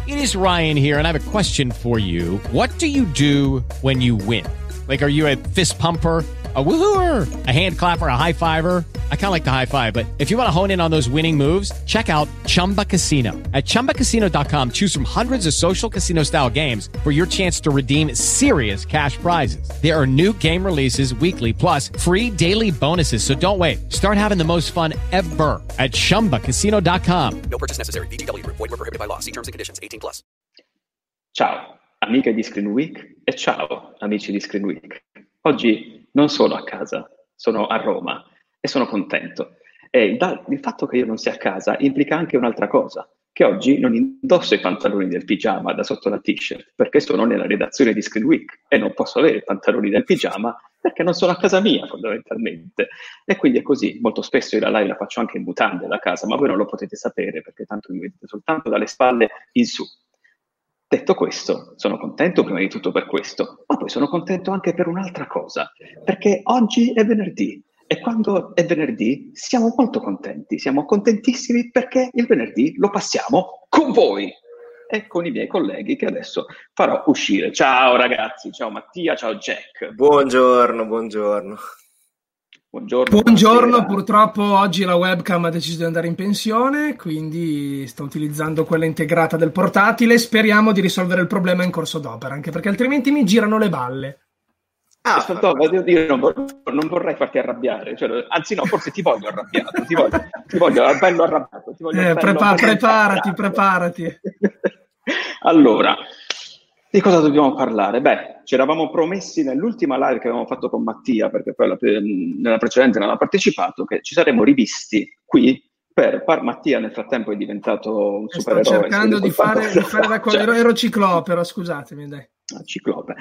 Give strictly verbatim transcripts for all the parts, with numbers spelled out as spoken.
It is Ryan here, and I have a question for you. What do you do when you win? Like, are you a fist pumper, a woohooer, a hand clapper, a high fiver? I kind of like the high five, but if you want to hone in on those winning moves, check out Chumba Casino. At chumba casino dot com, choose from hundreds of social casino style games for your chance to redeem serious cash prizes. There are new game releases weekly, plus free daily bonuses. So don't wait. Start having the most fun ever at chumba casino dot com. No purchase necessary. V G W Group. Void where prohibited by law. See terms and conditions. eighteen plus. Ciao, amiche di Screen Week e ciao, amici di Screen Week. Oggi non sono a casa, sono a Roma e sono contento. E il, il fatto che io non sia a casa implica anche un'altra cosa, che oggi non indosso i pantaloni del pigiama da sotto la t-shirt, perché sono nella redazione di Screen Week e non posso avere i pantaloni del pigiama perché non sono a casa mia, fondamentalmente. E quindi è così. Molto spesso io la live la faccio anche in mutande da casa, ma voi non lo potete sapere perché tanto mi vedete soltanto dalle spalle in su. Detto questo, sono contento prima di tutto per questo, ma poi sono contento anche per un'altra cosa, perché oggi è venerdì e quando è venerdì siamo molto contenti, siamo contentissimi perché il venerdì lo passiamo con voi e con i miei colleghi che adesso farò uscire. Ciao ragazzi, ciao Mattia, ciao Jack. Buongiorno, buongiorno. Buongiorno, Buongiorno, purtroppo oggi la webcam ha deciso di andare in pensione, quindi sto utilizzando quella integrata del portatile. Speriamo di risolvere il problema in corso d'opera, anche perché altrimenti mi girano le balle. Ah, no, io non, vor- non vorrei farti arrabbiare, cioè, anzi no, forse ti voglio arrabbiato, ti voglio, ti voglio bello arrabbiato. Ti voglio Eh, bello prepa- bello preparati, arrabbiato. preparati. Allora, di cosa dobbiamo parlare? Beh, ci eravamo promessi nell'ultima live che avevamo fatto con Mattia, perché poi la, nella precedente non ha partecipato, che ci saremmo rivisti qui per par- Mattia nel frattempo è diventato un Sto supereroe. cercando di fare, di fare da quello, ero, ero ciclopero, scusatemi, dai. Ciclope.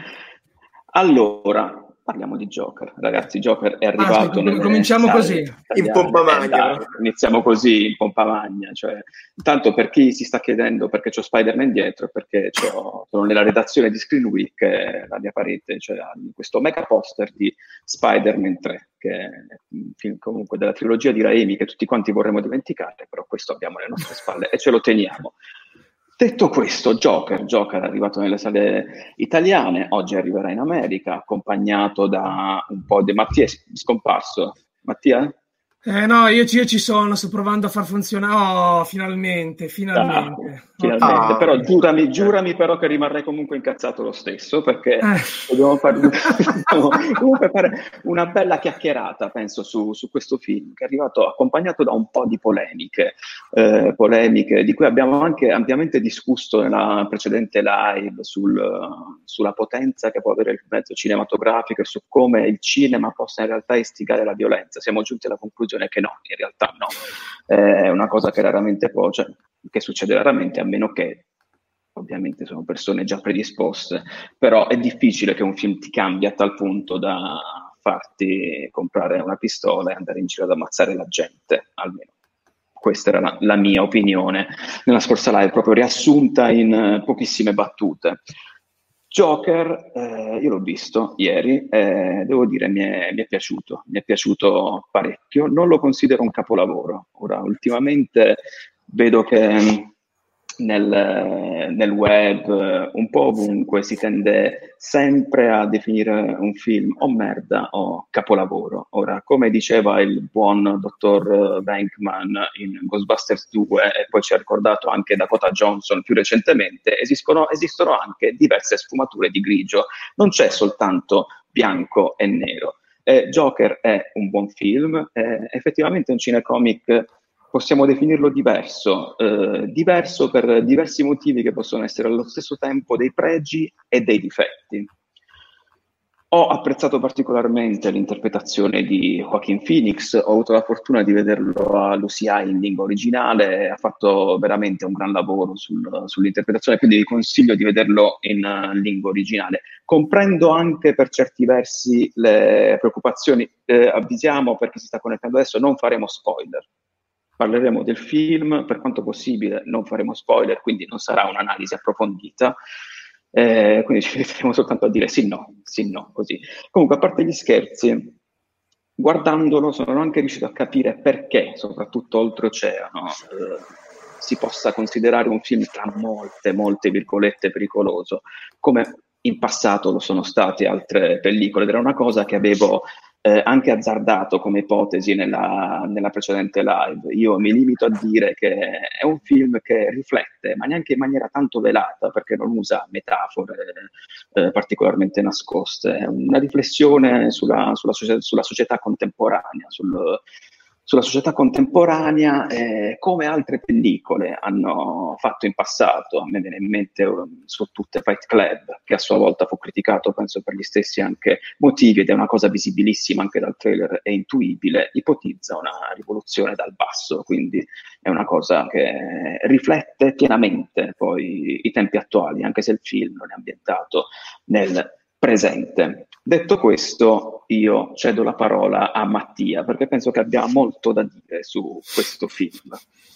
Allora, parliamo di Joker. Ragazzi, Joker è arrivato... Ah, aspetta, nelle cominciamo sale così. italiane. In pompa magna. Eh, dai, iniziamo così, in pompa magna. Cioè, intanto per chi si sta chiedendo perché c'ho Spider-Man dietro, perché c'ho, sono nella redazione di Screen Week, eh, la mia parete, cioè questo mega poster di Spider-Man tre, che è un film comunque della trilogia di Raimi che tutti quanti vorremmo dimenticare, però questo abbiamo alle nostre spalle e ce lo teniamo. Detto questo, Joker, Joker è arrivato nelle sale italiane, oggi arriverà in America, accompagnato da un po' di... Mattia è scomparso. Mattia? Eh no, io, io ci sono, sto provando a far funzionare. Oh, finalmente, finalmente. Ah, finalmente. Ah, Però giurami, giurami però che rimarrei comunque incazzato lo stesso, perché Eh. dobbiamo fare, dobbiamo comunque fare una bella chiacchierata, penso, su, su questo film, che è arrivato accompagnato da un po' di polemiche, eh, polemiche di cui abbiamo anche ampiamente discusso nella precedente live sul, sulla potenza che può avere il mezzo cinematografico e su come il cinema possa in realtà istigare la violenza. Siamo giunti alla conclusione che no, in realtà no, è una cosa che raramente può, cioè, che succede raramente, a meno che ovviamente sono persone già predisposte, però è difficile che un film ti cambi a tal punto da farti comprare una pistola e andare in giro ad ammazzare la gente, almeno questa era la, la mia opinione nella scorsa live, proprio riassunta in uh, pochissime battute. Joker, eh, io l'ho visto ieri, eh, devo dire mi è, mi è piaciuto, mi è piaciuto parecchio, non lo considero un capolavoro. Ora, ultimamente vedo che nel, nel web, un po' ovunque, si tende sempre a definire un film o merda o capolavoro. Ora, come diceva il buon dottor Venkman in Ghostbusters due, e poi ci ha ricordato anche Dakota Johnson più recentemente, esistono, esistono anche diverse sfumature di grigio, non c'è soltanto bianco e nero. Eh, Joker è un buon film, è effettivamente un cinecomic, possiamo definirlo diverso, eh, diverso per diversi motivi che possono essere allo stesso tempo dei pregi e dei difetti. Ho apprezzato particolarmente l'interpretazione di Joaquin Phoenix, ho avuto la fortuna di vederlo a Lucy High in lingua originale, ha fatto veramente un gran lavoro sul, sull'interpretazione, quindi vi consiglio di vederlo in uh, lingua originale. Comprendo anche per certi versi le preoccupazioni, eh, avvisiamo per chi si sta connettendo adesso, non faremo spoiler. Parleremo del film, per quanto possibile non faremo spoiler, quindi non sarà un'analisi approfondita, eh, quindi ci limiteremo soltanto a dire sì, no, sì, no, così. Comunque, a parte gli scherzi, guardandolo sono anche riuscito a capire perché, soprattutto oltreoceano, eh, si possa considerare un film tra molte, molte virgolette pericoloso, come in passato lo sono state altre pellicole, ed era una cosa che avevo eh, anche azzardato come ipotesi nella, nella precedente live. Io mi limito a dire che è un film che riflette, ma neanche in maniera tanto velata, perché non usa metafore eh, particolarmente nascoste, è una riflessione sulla, sulla, società, sulla società contemporanea, sul, sulla società contemporanea, eh, come altre pellicole hanno fatto in passato. Me viene in mente um, su tutte Fight Club, che a sua volta fu criticato, penso per gli stessi anche motivi, ed è una cosa visibilissima anche dal trailer e intuibile, ipotizza una rivoluzione dal basso, quindi è una cosa che riflette pienamente poi i tempi attuali, anche se il film non è ambientato nel presente. Detto questo, io cedo la parola a Mattia, perché penso che abbia molto da dire su questo film.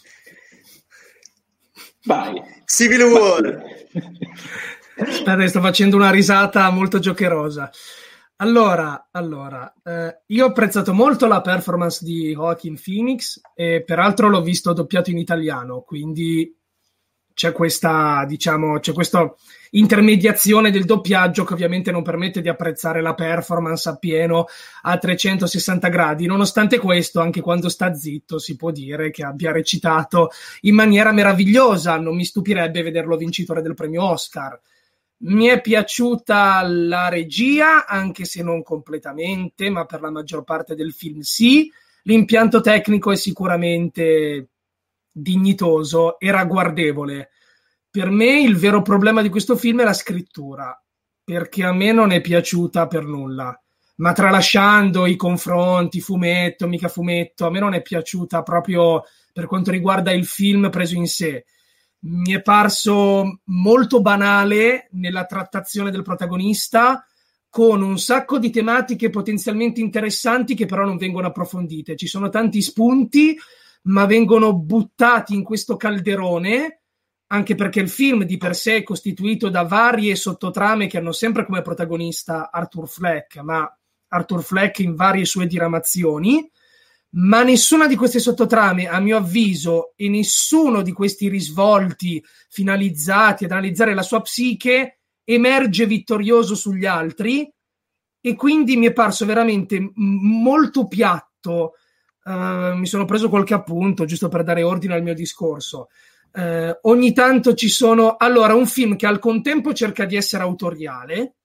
Vai. Civil War. Aspetta, sto facendo una risata molto giocherosa. Allora, allora eh, io ho apprezzato molto la performance di Joaquin Phoenix e peraltro l'ho visto doppiato in italiano, quindi c'è questa, diciamo, c'è questa intermediazione del doppiaggio che ovviamente non permette di apprezzare la performance appieno a trecentosessanta gradi. Nonostante questo, anche quando sta zitto, si può dire che abbia recitato in maniera meravigliosa. Non mi stupirebbe vederlo vincitore del premio Oscar. Mi è piaciuta la regia, anche se non completamente, ma per la maggior parte del film sì. L'impianto tecnico è sicuramente dignitoso e ragguardevole. Per me il vero problema di questo film è la scrittura, perché a me non è piaciuta per nulla, ma tralasciando i confronti fumetto, mica fumetto, a me non è piaciuta proprio per quanto riguarda il film preso in sé. Mi è parso molto banale nella trattazione del protagonista, con un sacco di tematiche potenzialmente interessanti che però non vengono approfondite. Ci sono tanti spunti, ma vengono buttati in questo calderone, anche perché il film di per sé è costituito da varie sottotrame che hanno sempre come protagonista Arthur Fleck, ma Arthur Fleck in varie sue diramazioni, ma nessuna di queste sottotrame, a mio avviso, e nessuno di questi risvolti finalizzati ad analizzare la sua psiche emerge vittorioso sugli altri, e quindi mi è parso veramente m- molto piatto. Uh, mi sono preso qualche appunto giusto per dare ordine al mio discorso. Uh, ogni tanto ci sono allora un film che al contempo cerca di essere autoriale,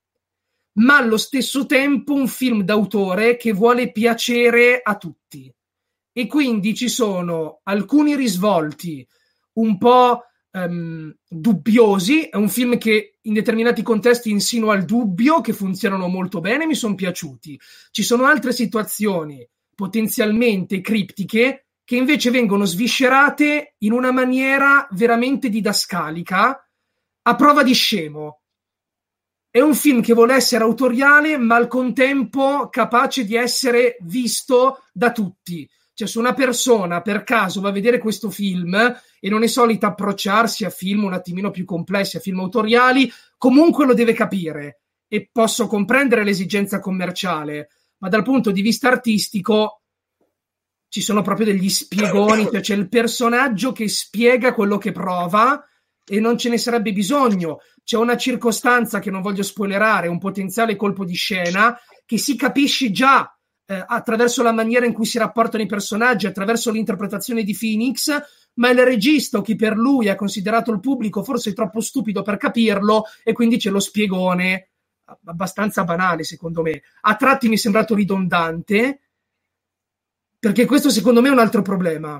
ma allo stesso tempo un film d'autore che vuole piacere a tutti, e quindi ci sono alcuni risvolti un po' um, dubbiosi. È un film che in determinati contesti insinua il dubbio, che funzionano molto bene, mi sono piaciuti. Ci sono altre situazioni potenzialmente criptiche che invece vengono sviscerate in una maniera veramente didascalica, a prova di scemo. È un film che vuole essere autoriale, ma al contempo capace di essere visto da tutti. Cioè, se una persona per caso va a vedere questo film e non è solita approcciarsi a film un attimino più complessi, a film autoriali, comunque lo deve capire. E posso comprendere l'esigenza commerciale, ma dal punto di vista artistico ci sono proprio degli spiegoni, cioè c'è il personaggio che spiega quello che prova e non ce ne sarebbe bisogno. C'è una circostanza che non voglio spoilerare, un potenziale colpo di scena che si capisce già eh, attraverso la maniera in cui si rapportano i personaggi, attraverso l'interpretazione di Phoenix, ma il regista o chi per lui ha considerato il pubblico forse troppo stupido per capirlo, e quindi c'è lo spiegone abbastanza banale, secondo me. A tratti mi è sembrato ridondante, perché questo secondo me è un altro problema.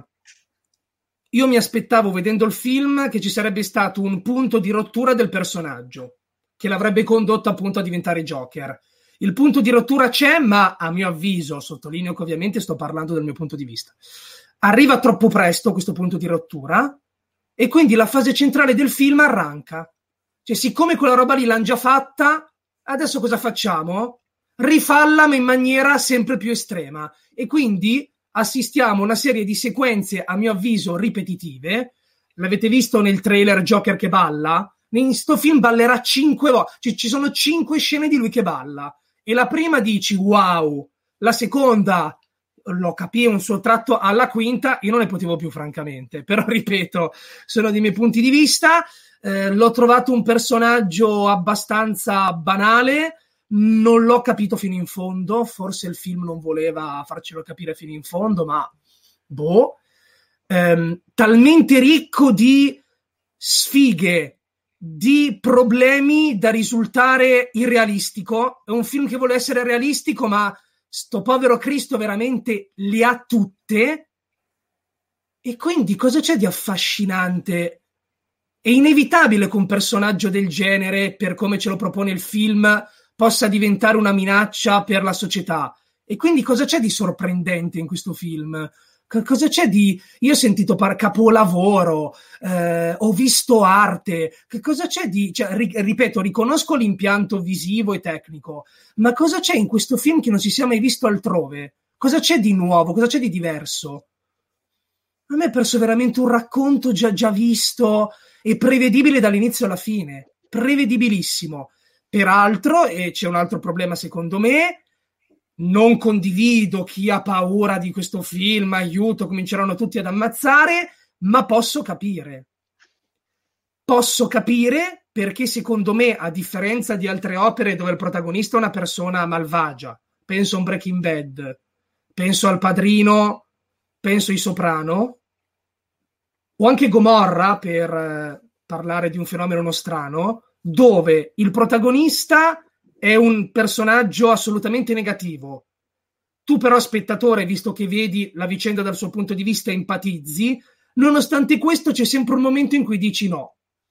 Io mi aspettavo, vedendo il film, che ci sarebbe stato un punto di rottura del personaggio che l'avrebbe condotto appunto a diventare Joker. Il punto di rottura c'è, ma a mio avviso, sottolineo che ovviamente sto parlando del mio punto di vista, arriva troppo presto questo punto di rottura, e quindi la fase centrale del film arranca. Cioè, siccome quella roba lì l'hanno già fatta, adesso cosa facciamo? Rifalla, ma in maniera sempre più estrema, e quindi assistiamo a una serie di sequenze, a mio avviso, ripetitive. L'avete visto nel trailer Joker che balla? In sto film ballerà cinque volte, cioè, ci sono cinque scene di lui che balla, e la prima dici wow, la seconda lo capì, un suo tratto alla quinta, io non ne potevo più francamente, però ripeto, sono dei miei punti di vista, eh, l'ho trovato un personaggio abbastanza banale, non l'ho capito fino in fondo, forse il film non voleva farcelo capire fino in fondo, ma boh, ehm, talmente ricco di sfighe, di problemi da risultare irrealistico. È un film che vuole essere realistico, ma sto povero Cristo veramente le ha tutte. E quindi cosa c'è di affascinante? È inevitabile che un personaggio del genere, per come ce lo propone il film, possa diventare una minaccia per la società. E quindi cosa c'è di sorprendente in questo film? C- cosa c'è di... Io ho sentito par- capolavoro, eh, ho visto arte, che cosa c'è di... Cioè, ri- ripeto, riconosco l'impianto visivo e tecnico, ma cosa c'è in questo film che non si sia mai visto altrove? Cosa c'è di nuovo? Cosa c'è di diverso? A me è perso veramente un racconto già, già visto e prevedibile dall'inizio alla fine. Prevedibilissimo. Peraltro, e c'è un altro problema secondo me, non condivido chi ha paura di questo film, aiuto, cominceranno tutti ad ammazzare, ma posso capire. Posso capire perché secondo me, a differenza di altre opere dove il protagonista è una persona malvagia, penso a un Breaking Bad, penso al Padrino, penso ai Soprano, o anche Gomorra, per eh, parlare di un fenomeno nostrano, dove il protagonista è un personaggio assolutamente negativo. Tu però, spettatore, visto che vedi la vicenda dal suo punto di vista, empatizzi, nonostante questo c'è sempre un momento in cui dici no.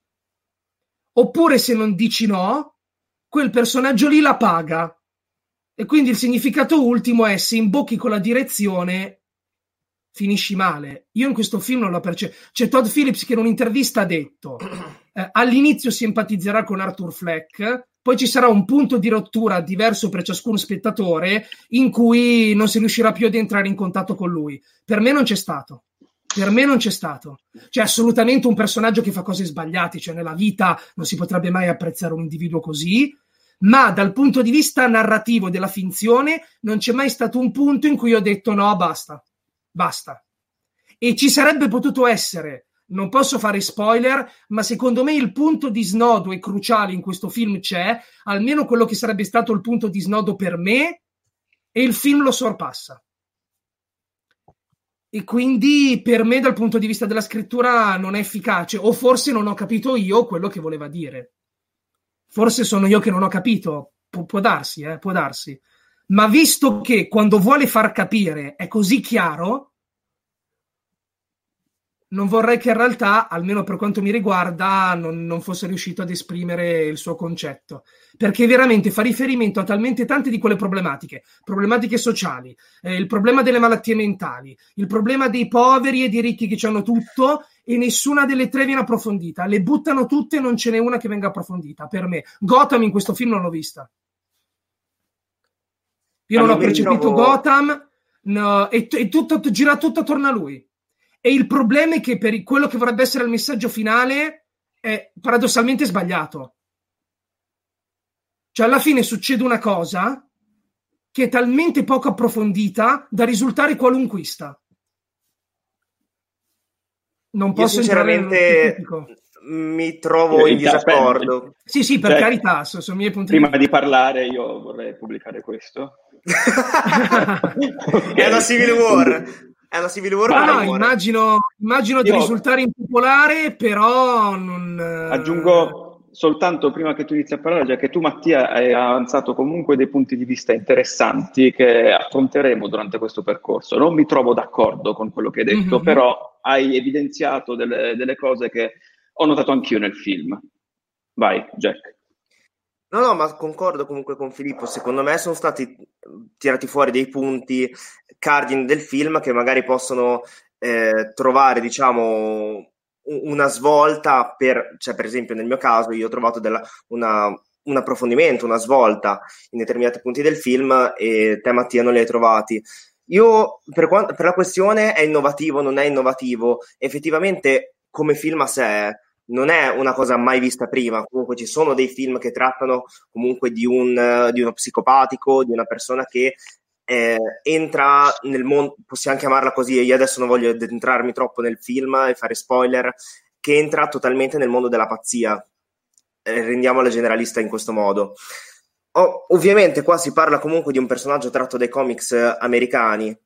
Oppure se non dici no, quel personaggio lì la paga. E quindi il significato ultimo è: se imbocchi con la direzione, finisci male. Io in questo film non l'ho percepito. C'è Todd Phillips che in un'intervista ha detto eh, all'inizio si empatizzerà con Arthur Fleck, poi ci sarà un punto di rottura diverso per ciascun spettatore in cui non si riuscirà più ad entrare in contatto con lui. Per me non c'è stato. Per me non c'è stato. C'è assolutamente un personaggio che fa cose sbagliate, cioè nella vita non si potrebbe mai apprezzare un individuo così, ma dal punto di vista narrativo della finzione non c'è mai stato un punto in cui ho detto no, basta. Basta. E ci sarebbe potuto essere, non posso fare spoiler, ma secondo me il punto di snodo è cruciale in questo film, c'è, almeno quello che sarebbe stato il punto di snodo per me, e il film lo sorpassa. E quindi per me dal punto di vista della scrittura non è efficace, o forse non ho capito io quello che voleva dire. Forse sono io che non ho capito, Pu- può darsi, eh, può darsi. Ma visto che quando vuole far capire è così chiaro, non vorrei che in realtà, almeno per quanto mi riguarda, non, non fosse riuscito ad esprimere il suo concetto. Perché veramente fa riferimento a talmente tante di quelle problematiche, problematiche sociali, eh, il problema delle malattie mentali, il problema dei poveri e dei ricchi che hanno tutto, e nessuna delle tre viene approfondita. Le buttano tutte e non ce n'è una che venga approfondita, per me. Gotham in questo film non l'ho vista. Io non ho percepito trovo... Gotham, no, e, e tutto, gira tutto attorno a lui. E il problema è che per quello che vorrebbe essere il messaggio finale è paradossalmente sbagliato. Cioè alla fine succede una cosa che è talmente poco approfondita da risultare qualunquista. Non posso Io sinceramente mi trovo in disaccordo. Sì, sì, per cioè, carità, sono, sono i miei punti prima di... di parlare io vorrei pubblicare questo. È una Civil War. È una Civil War. No, no, immagino, immagino di risultare impopolare, però non... Aggiungo soltanto, prima che tu inizi a parlare, già che tu, Mattia, hai avanzato comunque dei punti di vista interessanti che affronteremo durante questo percorso. Non mi trovo d'accordo con quello che hai detto, mm-hmm. però hai evidenziato delle, delle cose che ho notato anch'io nel film. Vai, Jack. No, no, ma concordo comunque con Filippo. Secondo me sono stati tirati fuori dei punti cardine del film che magari possono eh, trovare, diciamo, una svolta per, cioè per esempio nel mio caso io ho trovato della, una, un approfondimento, una svolta in determinati punti del film e te, Mattia, non li hai trovati. Io, per, quanto, per la questione è innovativo, non è innovativo, effettivamente come film a sé non è una cosa mai vista prima. Comunque ci sono dei film che trattano comunque di, un, di uno psicopatico, di una persona che eh, entra nel mondo, possiamo chiamarla così, io adesso non voglio addentrarmi troppo nel film e fare spoiler, che entra totalmente nel mondo della pazzia. Eh, rendiamola generalista in questo modo. Oh, ovviamente qua si parla comunque di un personaggio tratto dai comics americani,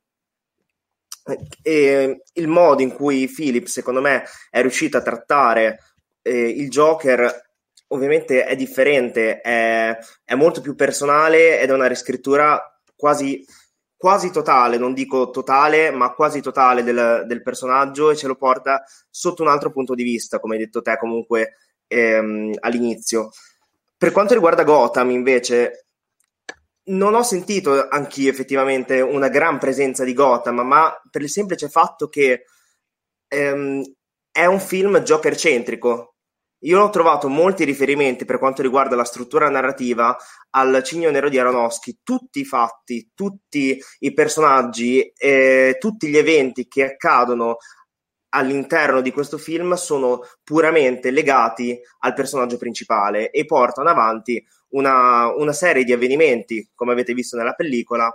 e il modo in cui Phillips, secondo me, è riuscito a trattare eh, il Joker ovviamente è differente, è, è molto più personale ed è una riscrittura quasi, quasi totale, non dico totale, ma quasi totale del, del personaggio, e ce lo porta sotto un altro punto di vista, come hai detto te comunque ehm, all'inizio. Per quanto riguarda Gotham, invece, non ho sentito anch'io effettivamente una gran presenza di Gotham, ma per il semplice fatto che ehm, è un film Joker-centrico. Io ho trovato molti riferimenti per quanto riguarda la struttura narrativa al Cigno Nero di Aronofsky. Tutti i fatti, tutti i personaggi, eh, tutti gli eventi che accadono all'interno di questo film sono puramente legati al personaggio principale e portano avanti una, una serie di avvenimenti, come avete visto nella pellicola,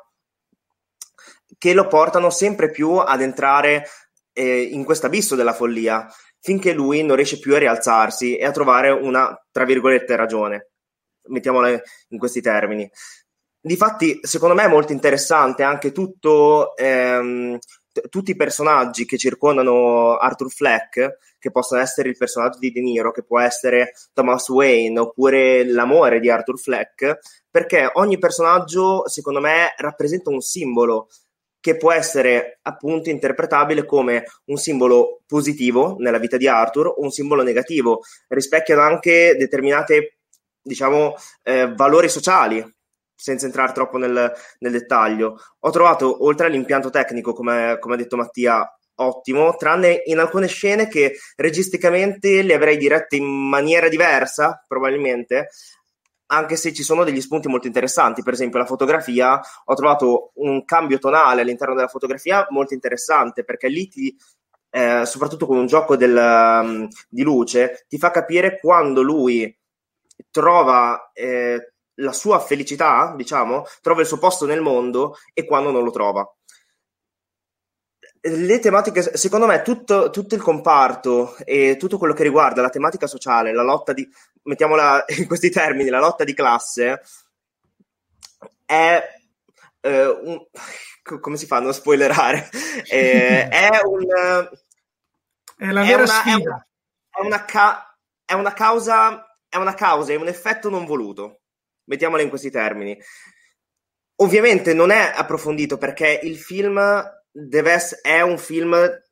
che lo portano sempre più ad entrare eh, in questo abisso della follia, finché lui non riesce più a rialzarsi e a trovare una, tra virgolette, ragione. Mettiamola in questi termini. Difatti, secondo me è molto interessante anche tutto, ehm, t- tutti i personaggi che circondano Arthur Fleck, che possono essere il personaggio di De Niro, che può essere Thomas Wayne, oppure l'amore di Arthur Fleck, perché ogni personaggio, secondo me, rappresenta un simbolo che può essere appunto interpretabile come un simbolo positivo nella vita di Arthur o un simbolo negativo. Rispecchiano anche determinate, diciamo, eh, valori sociali, senza entrare troppo nel, nel dettaglio. Ho trovato, oltre all'impianto tecnico, come, come ha detto Mattia, ottimo, tranne in alcune scene che registicamente le avrei dirette in maniera diversa, probabilmente, anche se ci sono degli spunti molto interessanti. Per esempio la fotografia, ho trovato un cambio tonale all'interno della fotografia molto interessante, perché lì ti, eh, soprattutto con un gioco del, um, di luce, ti fa capire quando lui trova eh, la sua felicità, diciamo, trova il suo posto nel mondo, e quando non lo trova. Le tematiche, secondo me, tutto, tutto il comparto e tutto quello che riguarda la tematica sociale, la lotta di, mettiamola in questi termini, la lotta di classe, è eh, un, come si fa a non spoilerare? Eh, è un è la vera è una, sfida. È una, è, una ca- è una causa, è una causa, è un effetto non voluto. Mettiamola in questi termini. Ovviamente non è approfondito, perché il film deve essere, è un film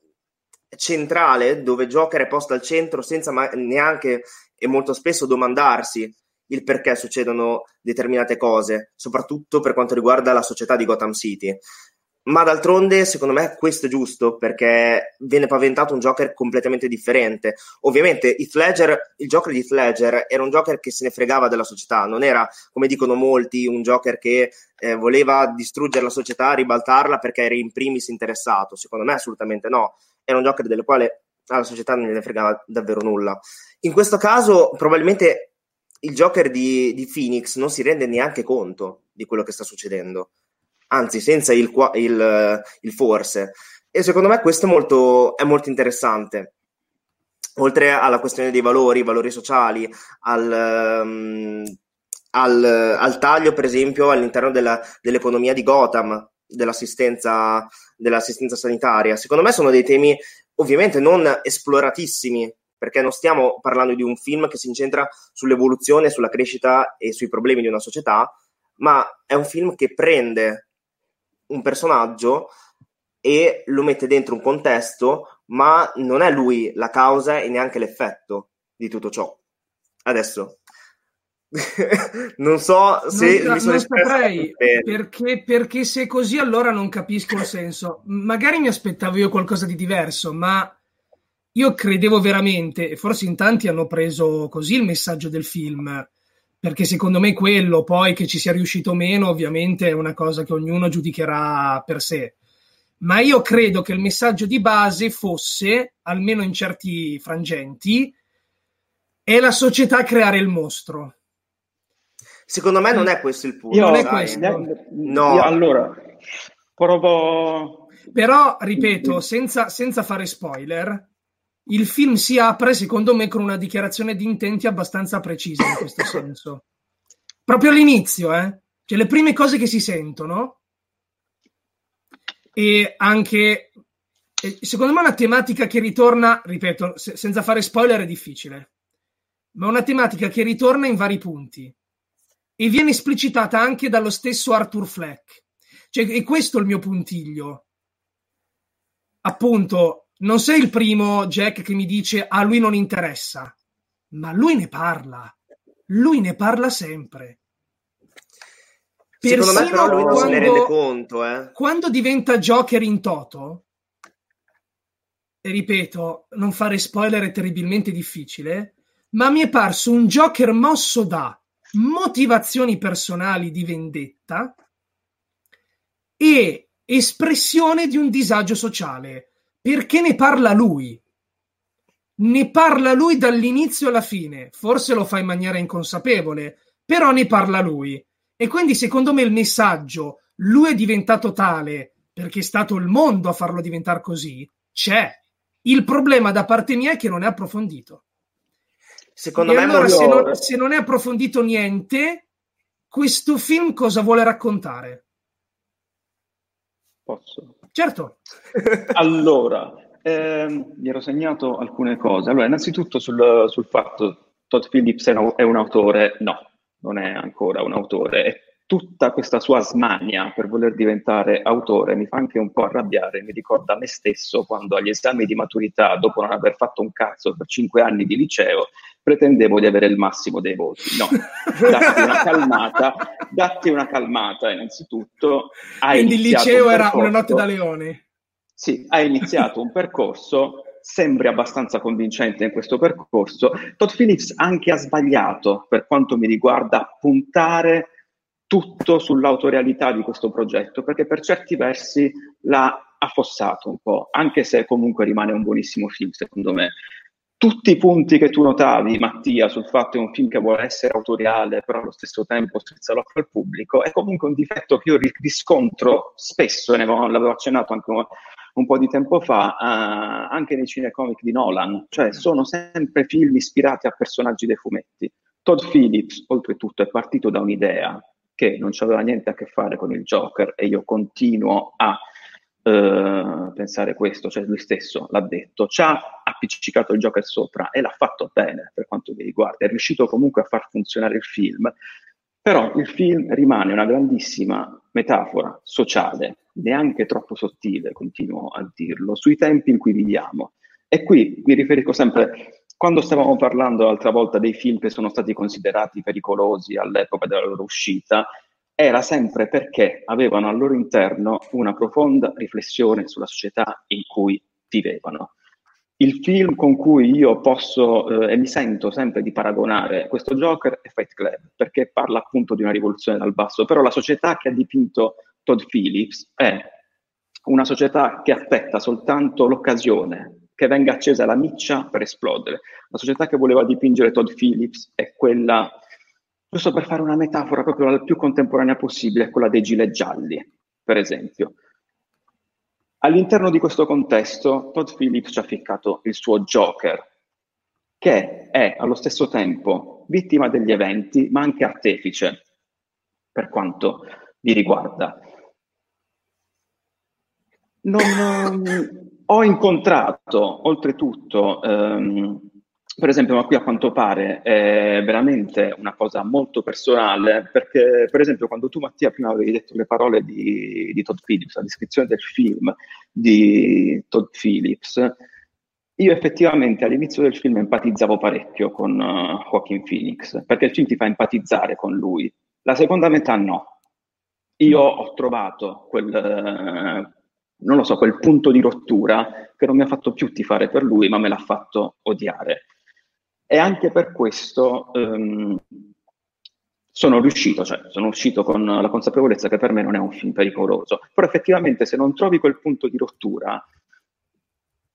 centrale dove Joker è posto al centro senza ma- neanche e molto spesso domandarsi il perché succedono determinate cose, soprattutto per quanto riguarda la società di Gotham City. Ma d'altronde, secondo me, questo è giusto, perché viene paventato un Joker completamente differente. Ovviamente Heath Ledger, il Joker di Heath Ledger era un Joker che se ne fregava della società, non era, come dicono molti, un Joker che eh, voleva distruggere la società, ribaltarla perché era in primis interessato. Secondo me assolutamente no, era un Joker del quale alla società non ne fregava davvero nulla. In questo caso probabilmente il Joker di, di Phoenix non si rende neanche conto di quello che sta succedendo, anzi senza il, il, il forse, e secondo me questo è molto, è molto interessante. Oltre alla questione dei valori, i valori sociali, al, um, al, al taglio per esempio all'interno della, dell'economia di Gotham, dell'assistenza, dell'assistenza sanitaria, secondo me sono dei temi ovviamente non esploratissimi, perché non stiamo parlando di un film che si incentra sull'evoluzione, sulla crescita e sui problemi di una società, ma è un film che prende un personaggio e lo mette dentro un contesto, ma non è lui la causa e neanche l'effetto di tutto ciò. Adesso non so se non, mi sono non espresso saprei, bene. perché, perché se è così allora non capisco il senso. Magari mi aspettavo io qualcosa di diverso, ma io credevo veramente, e forse in tanti hanno preso così il messaggio del film, perché secondo me quello, poi che ci sia riuscito o meno, ovviamente è una cosa che ognuno giudicherà per sé. Ma io credo che il messaggio di base fosse, almeno in certi frangenti, è la società a creare il mostro. Secondo me non è questo il punto. Io, non è sai, questo. ne- No. io, allora, Provo... Però, ripeto, senza, senza fare spoiler, il film si apre, secondo me, con una dichiarazione di intenti abbastanza precisa in questo senso. Proprio all'inizio, eh? Cioè, le prime cose che si sentono, e anche, secondo me, una tematica che ritorna, ripeto, se, senza fare spoiler è difficile, ma una tematica che ritorna in vari punti e viene esplicitata anche dallo stesso Arthur Fleck. Cioè, è questo il mio puntiglio. Appunto, non sei il primo, Jack, che mi dice a lui non interessa, ma lui ne parla. Lui ne parla sempre. Secondo Persino me però lui non quando, se ne rende conto. Eh. Quando diventa Joker in toto, e ripeto, non fare spoiler è terribilmente difficile, ma mi è parso un Joker mosso da motivazioni personali di vendetta e espressione di un disagio sociale, perché ne parla lui. Ne parla lui dall'inizio alla fine, forse lo fa in maniera inconsapevole, però ne parla lui. E quindi secondo me il messaggio, lui è diventato tale perché è stato il mondo a farlo diventare così, c'è. Il problema da parte mia è che non è approfondito. Secondo e me allora molto... se, non, se non è approfondito niente, questo film cosa vuole raccontare? Posso? Certo. Allora, ehm, mi ero segnato alcune cose. Allora, innanzitutto sul, sul fatto Todd Phillips è un, è un autore, no, non è ancora un autore. E tutta questa sua smania per voler diventare autore mi fa anche un po' arrabbiare, mi ricorda me stesso quando agli esami di maturità, dopo non aver fatto un cazzo per cinque anni di liceo, pretendevo di avere il massimo dei voti. No, datti una calmata, datti una calmata innanzitutto. Hai Quindi il liceo era una notte da leone. Sì, hai iniziato un percorso, sembri abbastanza convincente in questo percorso. Todd Phillips anche ha sbagliato, per quanto mi riguarda, a puntare tutto sull'autorialità di questo progetto, perché per certi versi l'ha affossato un po', anche se comunque rimane un buonissimo film, secondo me. Tutti i punti che tu notavi, Mattia, sul fatto che è un film che vuole essere autoriale, però allo stesso tempo strizza l'occhio al pubblico, è comunque un difetto che io riscontro spesso, e ne avevo, l'avevo accennato anche un, un po' di tempo fa, uh, anche nei cinecomic di Nolan, cioè sono sempre film ispirati a personaggi dei fumetti. Todd Phillips, oltretutto, è partito da un'idea che non c'aveva niente a che fare con il Joker, e io continuo a Uh, pensare questo, cioè lui stesso l'ha detto, ci ha appiccicato il Joker sopra e l'ha fatto bene per quanto mi riguarda, è riuscito comunque a far funzionare il film, però il film rimane una grandissima metafora sociale, neanche troppo sottile, continuo a dirlo, sui tempi in cui viviamo. E qui mi riferisco sempre, quando stavamo parlando l'altra volta dei film che sono stati considerati pericolosi all'epoca della loro uscita, era sempre perché avevano al loro interno una profonda riflessione sulla società in cui vivevano. Il film con cui io posso eh, e mi sento sempre di paragonare questo Joker è Fight Club, perché parla appunto di una rivoluzione dal basso, però la società che ha dipinto Todd Phillips è una società che aspetta soltanto l'occasione, che venga accesa la miccia per esplodere. La società che voleva dipingere Todd Phillips è quella... Giusto per fare una metafora proprio la più contemporanea possibile, quella dei gilet gialli, per esempio. All'interno di questo contesto, Todd Phillips ci ha ficcato il suo Joker, che è allo stesso tempo vittima degli eventi, ma anche artefice, per quanto mi riguarda. Non, ho incontrato, oltretutto, um, per esempio, ma qui a quanto pare è veramente una cosa molto personale, perché per esempio quando tu, Mattia, prima avevi detto le parole di, di Todd Phillips, la descrizione del film di Todd Phillips, io effettivamente all'inizio del film empatizzavo parecchio con uh, Joaquin Phoenix, perché il film ti fa empatizzare con lui. La seconda metà no. Io ho trovato quel... Uh, non lo so, quel punto di rottura che non mi ha fatto più tifare per lui, ma me l'ha fatto odiare. E anche per questo um, sono riuscito, cioè sono uscito con la consapevolezza che per me non è un film pericoloso. Però effettivamente se non trovi quel punto di rottura,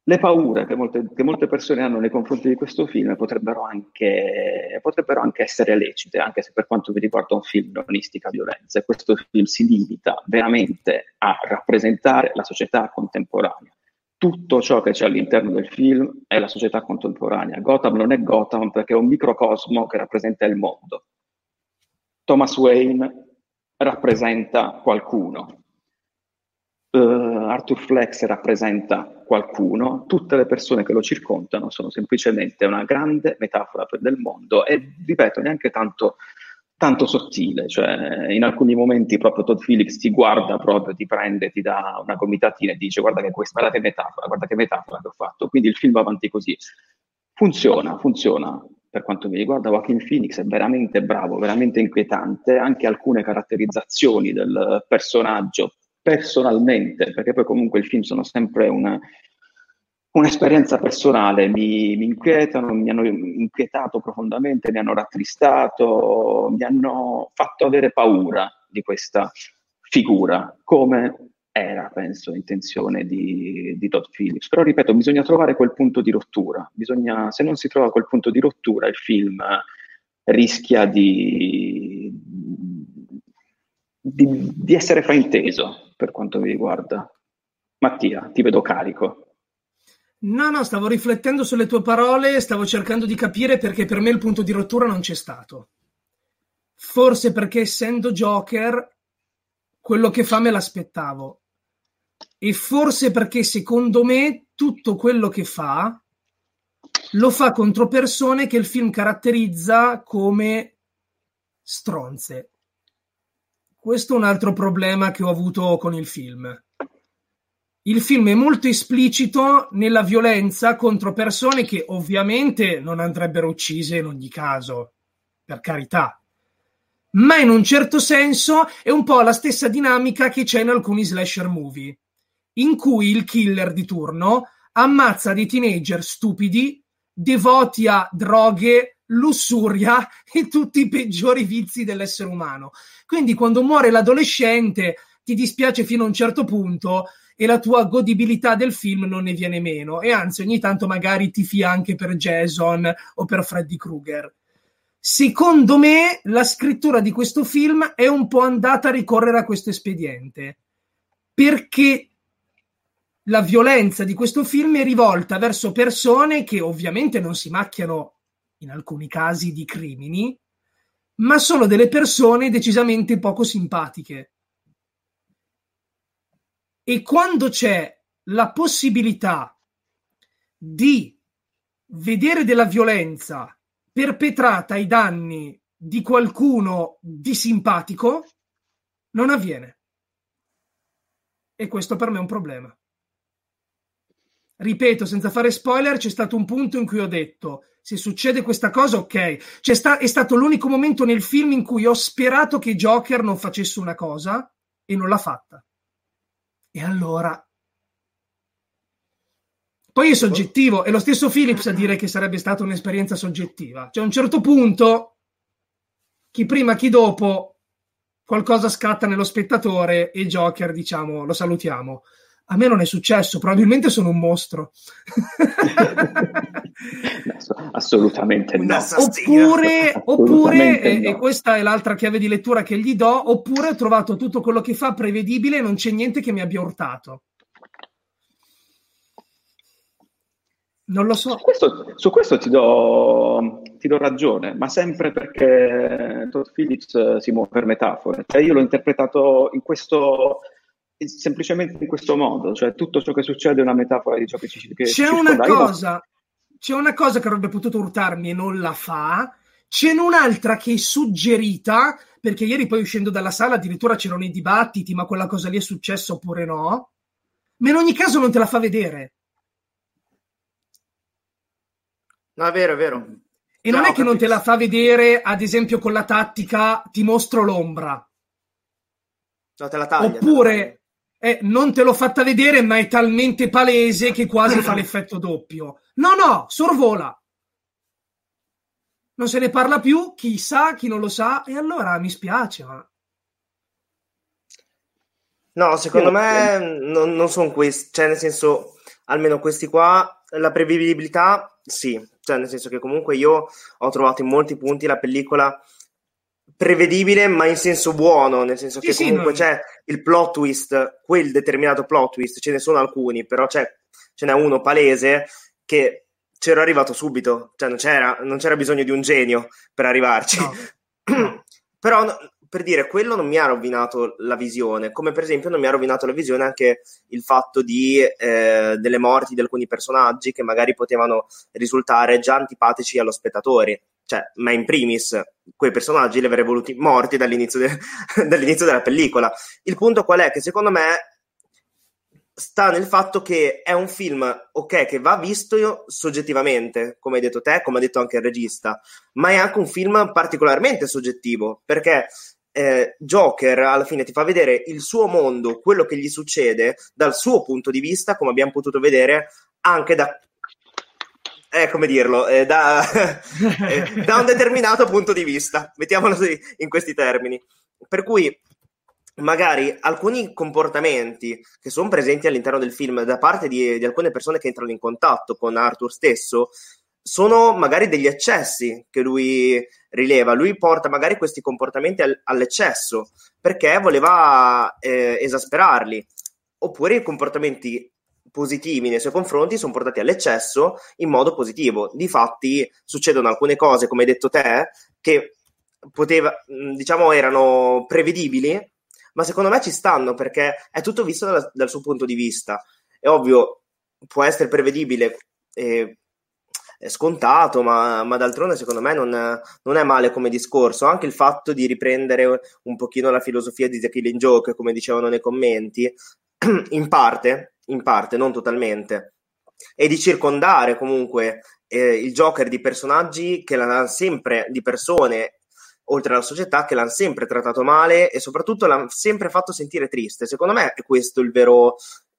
le paure che molte, che molte persone hanno nei confronti di questo film potrebbero anche, potrebbero anche essere lecite, anche se per quanto mi riguarda un film non istica violenza. E questo film si limita veramente a rappresentare la società contemporanea. Tutto ciò che c'è all'interno del film è la società contemporanea. Gotham non è Gotham perché è un microcosmo che rappresenta il mondo. Thomas Wayne rappresenta qualcuno. Uh, Arthur Flex rappresenta qualcuno, tutte le persone che lo circondano sono semplicemente una grande metafora del mondo e, ripeto, neanche tanto, tanto sottile, cioè in alcuni momenti proprio Todd Phillips ti guarda proprio, ti prende, ti dà una gomitatina e dice guarda che questa, guarda che metafora, guarda che metafora che ho fatto, quindi il film va avanti così. Funziona, funziona. Per quanto mi riguarda, Joaquin Phoenix è veramente bravo, veramente inquietante, anche alcune caratterizzazioni del personaggio personalmente, perché poi comunque i film sono sempre una, un'esperienza personale, mi, mi inquietano, mi hanno inquietato profondamente, mi hanno rattristato, mi hanno fatto avere paura di questa figura, come era, penso, intenzione di, di Todd Phillips. Però, ripeto, bisogna trovare quel punto di rottura, bisogna, se non si trova quel punto di rottura, il film rischia di, di, di essere frainteso. Per quanto mi riguarda. Mattia, ti vedo carico. No, no, stavo riflettendo sulle tue parole, stavo cercando di capire perché per me il punto di rottura non c'è stato. Forse perché essendo Joker, quello che fa me l'aspettavo. E forse perché secondo me tutto quello che fa lo fa contro persone che il film caratterizza come stronze. Questo è un altro problema che ho avuto con il film. Il film è molto esplicito nella violenza contro persone che ovviamente non andrebbero uccise in ogni caso, per carità. Ma in un certo senso è un po' la stessa dinamica che c'è in alcuni slasher movie, in cui il killer di turno ammazza dei teenager stupidi, devoti a droghe, lussuria e tutti i peggiori vizi dell'essere umano. Quindi quando muore l'adolescente ti dispiace fino a un certo punto e la tua godibilità del film non ne viene meno, e anzi ogni tanto magari tifi anche per Jason o per Freddy Krueger. Secondo me la scrittura di questo film è un po' andata a ricorrere a questo espediente, perché la violenza di questo film è rivolta verso persone che ovviamente non si macchiano in alcuni casi di crimini, ma sono delle persone decisamente poco simpatiche. E quando c'è la possibilità di vedere della violenza perpetrata ai danni di qualcuno di simpatico, non avviene. E questo per me è un problema. Ripeto, senza fare spoiler, c'è stato un punto in cui ho detto: se succede questa cosa, ok. C'è sta- è stato l'unico momento nel film in cui ho sperato che Joker non facesse una cosa e non l'ha fatta. E allora... Poi è soggettivo, è lo stesso Phillips a dire che sarebbe stata un'esperienza soggettiva. Cioè a un certo punto, chi prima chi dopo, qualcosa scatta nello spettatore e Joker, diciamo, lo salutiamo. A me non è successo, probabilmente sono un mostro. Assolutamente no. Oppure, oppure Assolutamente e, no. e questa è l'altra chiave di lettura che gli do, oppure ho trovato tutto quello che fa prevedibile e non c'è niente che mi abbia urtato. Non lo so. Su questo, su questo ti do, ti do ragione, ma sempre perché Todd Phillips si muove per metafore. Cioè io l'ho interpretato in questo... semplicemente in questo modo, cioè tutto ciò che succede è una metafora di ciò che ci che c'è una cosa c'è una cosa che avrebbe potuto urtarmi e non la fa, c'è un'altra che è suggerita, perché ieri poi uscendo dalla sala addirittura c'erano i dibattiti, ma quella cosa lì è successa oppure no, ma in ogni caso non te la fa vedere. No, è vero, è vero. E no, non è che capito. non te la fa vedere, ad esempio con la tattica ti mostro l'ombra, No, te la taglia, oppure te la taglia. Eh, non te l'ho fatta vedere, ma è talmente palese che quasi fa l'effetto doppio. No, no, sorvola. Non se ne parla più, chi sa, chi non lo sa, e allora mi spiace, ma... No, secondo me non, non sono questi, cioè nel senso, almeno questi qua, la prevedibilità sì, cioè nel senso che comunque io ho trovato in molti punti la pellicola prevedibile, ma in senso buono, nel senso Sì, che sì, comunque no. c'è il plot twist, quel determinato plot twist, ce ne sono alcuni, però c'è, ce n'è uno palese che c'ero arrivato subito, cioè non c'era, non c'era bisogno di un genio per arrivarci. No, no. Però no, per dire, quello non mi ha rovinato la visione, come per esempio non mi ha rovinato la visione anche il fatto di eh, delle morti di alcuni personaggi che magari potevano risultare già antipatici allo spettatore. Cioè, ma in primis quei personaggi li avrei voluti morti dall'inizio, de- dall'inizio della pellicola. Il punto qual è? Che secondo me sta nel fatto che è un film, ok, che va visto soggettivamente, come hai detto te, come ha detto anche il regista, ma è anche un film particolarmente soggettivo, perché eh, Joker alla fine ti fa vedere il suo mondo, quello che gli succede dal suo punto di vista, come abbiamo potuto vedere anche da eh, come dirlo, eh, da, eh, da un determinato punto di vista, mettiamolo in questi termini. Per cui magari alcuni comportamenti che sono presenti all'interno del film da parte di, di alcune persone che entrano in contatto con Arthur stesso sono magari degli eccessi che lui rileva. Lui porta magari questi comportamenti al, all'eccesso perché voleva eh, esasperarli, oppure i comportamenti positivi nei suoi confronti sono portati all'eccesso in modo positivo. Difatti succedono alcune cose, come hai detto te, che poteva, diciamo, erano prevedibili, ma secondo me ci stanno perché è tutto visto dal, dal suo punto di vista. È ovvio, può essere prevedibile e è scontato, ma, ma d'altronde secondo me non, non è male come discorso. Anche il fatto di riprendere un pochino la filosofia di The Killing Joke, come dicevano nei commenti, in parte, in parte, non totalmente, e di circondare comunque eh, il Joker di personaggi che l'hanno sempre, di persone oltre alla società, che l'hanno sempre trattato male e soprattutto l'hanno sempre fatto sentire triste. Secondo me è questo il vero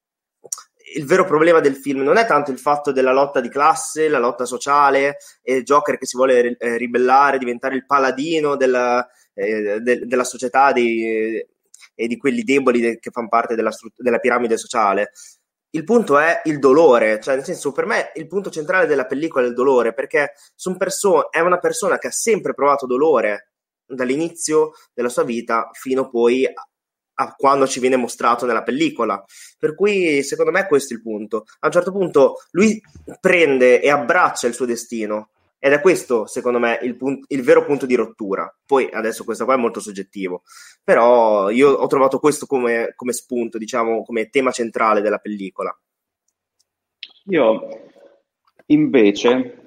il vero problema del film. Non è tanto il fatto della lotta di classe, la lotta sociale e il Joker che si vuole eh, ribellare, diventare il paladino della, eh, de- della società dei e di quelli deboli de- che fanno parte della, strut- della piramide sociale. Il punto è il dolore, cioè nel senso, per me il punto centrale della pellicola è il dolore, perché son perso- è una persona che ha sempre provato dolore dall'inizio della sua vita fino poi a, a quando ci viene mostrato nella pellicola. Per cui secondo me questo è il punto. A un certo punto lui prende e abbraccia il suo destino, ed è questo, secondo me, il, pun- il vero punto di rottura. Poi adesso questo qua è molto soggettivo, però io ho trovato questo come, come spunto, diciamo, come tema centrale della pellicola. Io invece,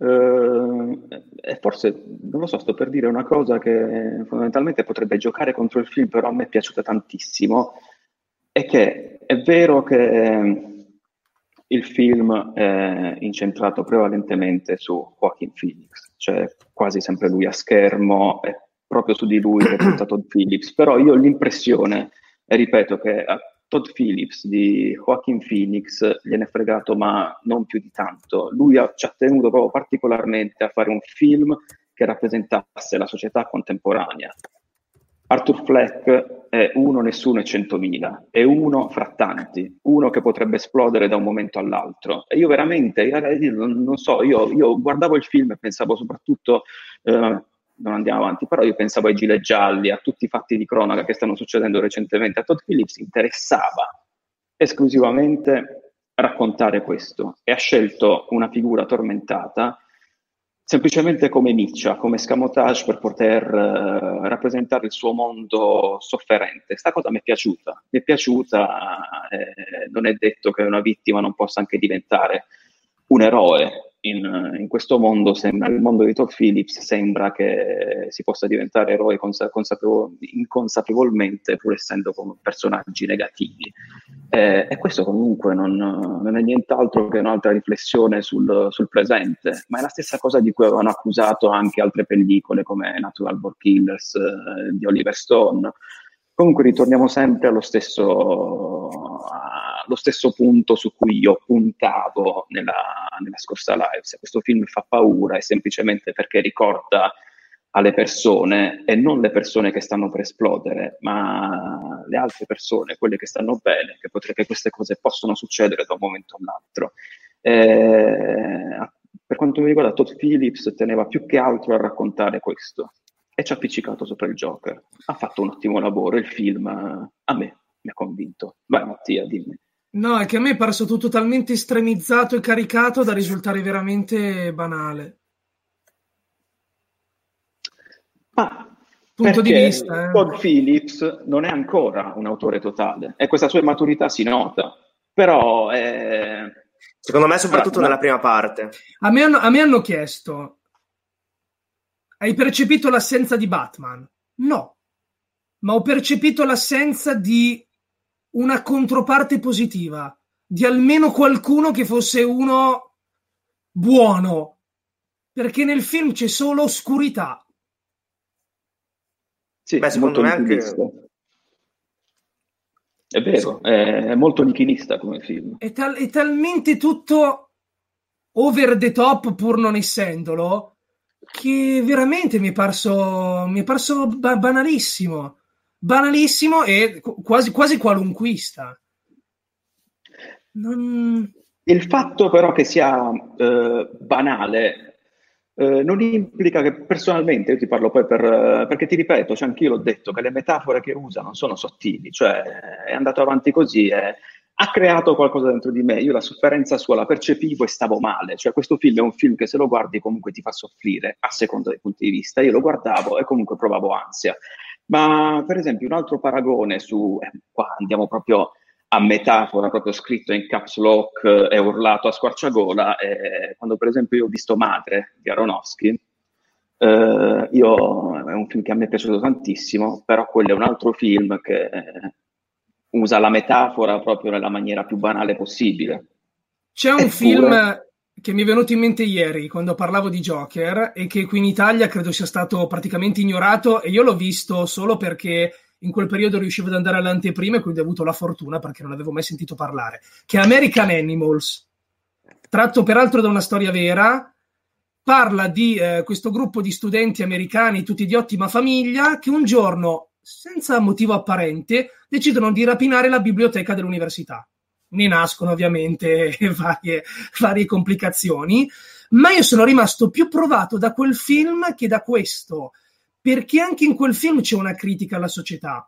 eh, forse, non lo so, sto per dire una cosa che fondamentalmente potrebbe giocare contro il film, però a me è piaciuta tantissimo, è che è vero che il film è incentrato prevalentemente su Joaquin Phoenix, cioè quasi sempre lui a schermo, è proprio su di lui che è punta Todd Phillips, però io ho l'impressione, e ripeto, che a Todd Phillips di Joaquin Phoenix gliene è fregato, ma non più di tanto. Lui ha, ci ha tenuto proprio particolarmente a fare un film che rappresentasse la società contemporanea. Arthur Fleck è uno, nessuno e centomila, è uno fra tanti, uno che potrebbe esplodere da un momento all'altro. E io veramente, io, non, non so, io, io guardavo il film e pensavo soprattutto, eh, non andiamo avanti, però io pensavo ai gilet gialli, a tutti i fatti di cronaca che stanno succedendo recentemente. A Todd Phillips interessava esclusivamente raccontare questo e ha scelto una figura tormentata semplicemente come miccia, come escamotage per poter uh, rappresentare il suo mondo sofferente. Sta cosa mi è piaciuta, mi è piaciuta, eh, non è detto che una vittima non possa anche diventare un eroe. In, in questo mondo, sembra, il mondo di Todd Phillips, sembra che si possa diventare eroi consa- consapevol- inconsapevolmente, pur essendo come personaggi negativi. Eh, e questo comunque non, non è nient'altro che un'altra riflessione sul, sul presente, ma è la stessa cosa di cui avevano accusato anche altre pellicole come Natural Born Killers eh, di Oliver Stone. Comunque ritorniamo sempre allo stesso, allo stesso punto su cui io puntavo nella, nella scorsa live. Se questo film fa paura è semplicemente perché ricorda alle persone, e non le persone che stanno per esplodere, ma le altre persone, quelle che stanno bene, che, potre, che queste cose possono succedere da un momento all'altro. Eh, per quanto mi riguarda, Todd Phillips teneva più che altro a raccontare questo, e ci ha appiccicato sopra il Joker. Ha fatto un ottimo lavoro, il film a me mi ha convinto. Vai Mattia, dimmi. No, è che a me è parso tutto talmente estremizzato e caricato da risultare veramente banale. Ma Punto di perché vista, eh. Todd Phillips non è ancora un autore totale, e questa sua immaturità si nota, però è... secondo me soprattutto ah, nella prima parte. A me, hanno, a me hanno chiesto: hai percepito l'assenza di Batman? No, ma ho percepito l'assenza di una controparte positiva, di almeno qualcuno che fosse uno buono, perché nel film c'è solo oscurità. Sì, Beh, secondo molto me anche... nichilista. È vero, è molto nichilista come film. È, tal- è talmente tutto over the top, pur non essendolo, che veramente mi è parso, mi è parso ba- banalissimo. Banalissimo e quasi, quasi qualunquista. Non... Il fatto però che sia eh, banale eh, non implica che personalmente, io ti parlo poi per, eh, perché ti ripeto, cioè anch'io l'ho detto, che le metafore che usa non sono sottili, cioè è andato avanti così e ha creato qualcosa dentro di me. Io la sofferenza sua la percepivo e stavo male, cioè questo film è un film che se lo guardi comunque ti fa soffrire a seconda dei punti di vista. Io lo guardavo e comunque provavo ansia. Ma per esempio un altro paragone su, eh, qua andiamo proprio a metafora, proprio scritto in caps lock eh, e urlato a squarciagola, eh, quando per esempio io ho visto Madre di Aronofsky, eh, io, è un film che a me è piaciuto tantissimo, però quello è un altro film che eh, usa la metafora proprio nella maniera più banale possibile. C'è un Eppure... film che mi è venuto in mente ieri quando parlavo di Joker e che qui in Italia credo sia stato praticamente ignorato, e io l'ho visto solo perché in quel periodo riuscivo ad andare alle anteprime e quindi ho avuto la fortuna, perché non avevo mai sentito parlare, che è American Animals, tratto peraltro da una storia vera. Parla di eh, questo gruppo di studenti americani tutti di ottima famiglia che un giorno, senza motivo apparente, decidono di rapinare la biblioteca dell'università. Ne nascono ovviamente varie, varie complicazioni, ma io sono rimasto più provato da quel film che da questo, perché anche in quel film c'è una critica alla società,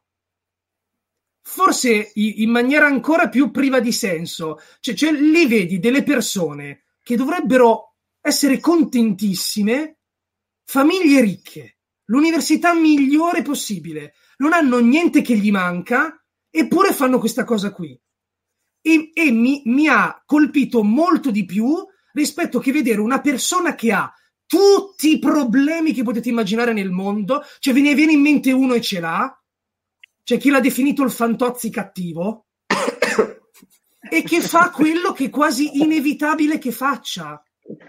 forse in maniera ancora più priva di senso. Cioè, cioè lì vedi delle persone che dovrebbero essere contentissime, famiglie ricche, l'università migliore possibile, non hanno niente che gli manca, eppure fanno questa cosa qui. E, e mi, mi ha colpito molto di più rispetto che vedere una persona che ha tutti i problemi che potete immaginare nel mondo. Cioè ve ne viene in mente uno e ce l'ha, c'è chi l'ha definito il Fantozzi cattivo e che fa quello che è quasi inevitabile che faccia.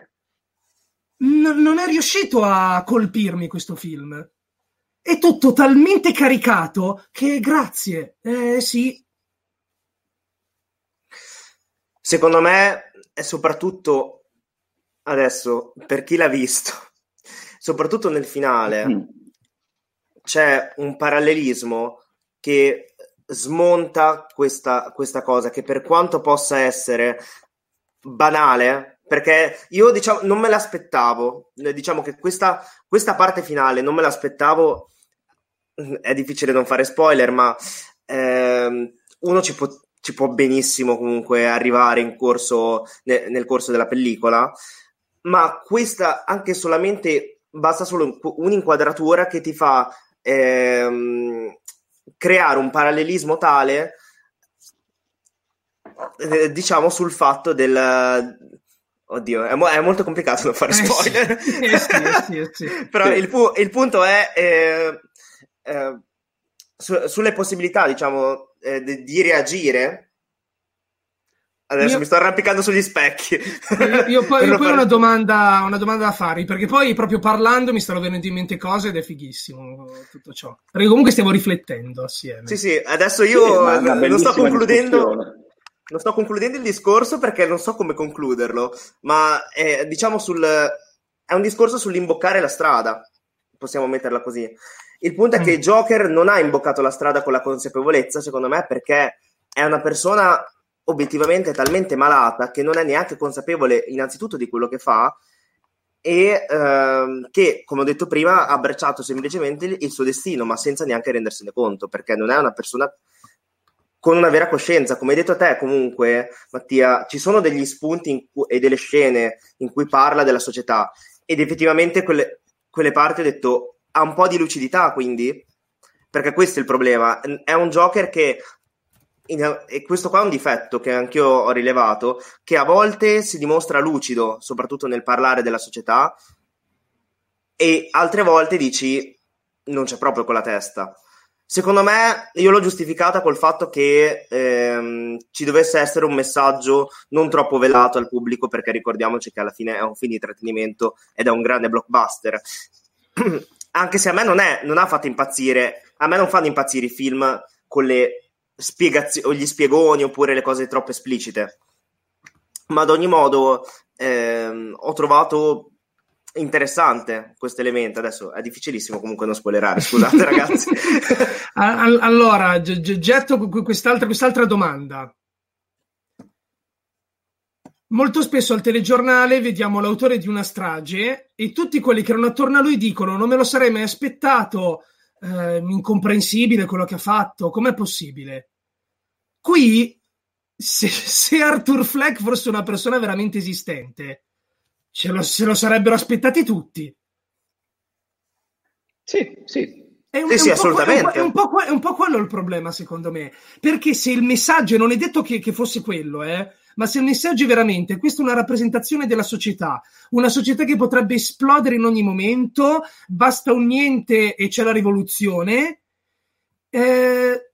N- non è riuscito a colpirmi questo film, è tutto talmente caricato che grazie, eh sì. Secondo me è soprattutto adesso, per chi l'ha visto, soprattutto nel finale, mm. c'è un parallelismo che smonta questa, questa cosa, che per quanto possa essere banale, perché io diciamo non me l'aspettavo, diciamo che questa, questa parte finale non me l'aspettavo, è difficile non fare spoiler, ma ehm, uno ci può, ci può benissimo comunque arrivare in corso, ne, nel corso della pellicola, ma questa anche solamente basta solo un'inquadratura che ti fa ehm, creare un parallelismo tale, eh, diciamo, sul fatto del oddio, è, mo- è molto complicato non fare spoiler, eh sì, eh sì, eh sì, eh sì. però il, pu- il punto è eh, eh, su- sulle possibilità, diciamo, eh, di, di reagire. Adesso io, mi sto arrampicando sugli specchi. Io, io poi, io poi ho una domanda, una domanda da farvi, perché poi proprio parlando mi stanno venendo in mente cose ed è fighissimo tutto ciò. Perché comunque stiamo riflettendo assieme. Sì, sì, adesso io sì, non sto concludendo, non sto concludendo il discorso perché non so come concluderlo, ma è, diciamo sul, è un discorso sull'imboccare la strada. possiamo metterla così. Il punto è che Joker non ha imboccato la strada con la consapevolezza, secondo me, perché è una persona obiettivamente talmente malata che non è neanche consapevole innanzitutto di quello che fa e ehm, che, come ho detto prima, ha abbracciato semplicemente il, il suo destino, ma senza neanche rendersene conto, perché non è una persona con una vera coscienza. Come hai detto te, comunque, Mattia, ci sono degli spunti in cui, e delle scene in cui parla della società, ed effettivamente quelle, quelle parti ho detto ha un po' di lucidità, quindi, perché questo è il problema. È un Joker che, in, e questo qua è un difetto che anch'io ho rilevato, che a volte si dimostra lucido, soprattutto nel parlare della società, e altre volte dici non c'è proprio con la testa. Secondo me, io l'ho giustificata col fatto che ehm, ci dovesse essere un messaggio non troppo velato al pubblico, perché ricordiamoci che alla fine è un film di intrattenimento ed è un grande blockbuster. Anche se a me non, è, non ha fatto impazzire, a me non fanno impazzire i film con le spiegazioni o gli spiegoni oppure le cose troppo esplicite, ma ad ogni modo ehm, ho trovato interessante questo elemento. Adesso è difficilissimo comunque non spoilerare, scusate ragazzi. Allora getto quest'altra, quest'altra domanda. Molto spesso al telegiornale vediamo l'autore di una strage e tutti quelli che erano attorno a lui dicono non me lo sarei mai aspettato, eh, incomprensibile quello che ha fatto, com'è possibile? Qui se, se Arthur Fleck fosse una persona veramente esistente ce lo, se lo sarebbero aspettati tutti. Sì, sì. È un, sì, è sì, un assolutamente. È un, po', è un po' quello il problema, secondo me. Perché se il messaggio, non è detto che, che fosse quello, eh, ma se il messaggio è veramente, questa è una rappresentazione della società, una società che potrebbe esplodere in ogni momento, basta un niente e c'è la rivoluzione, eh,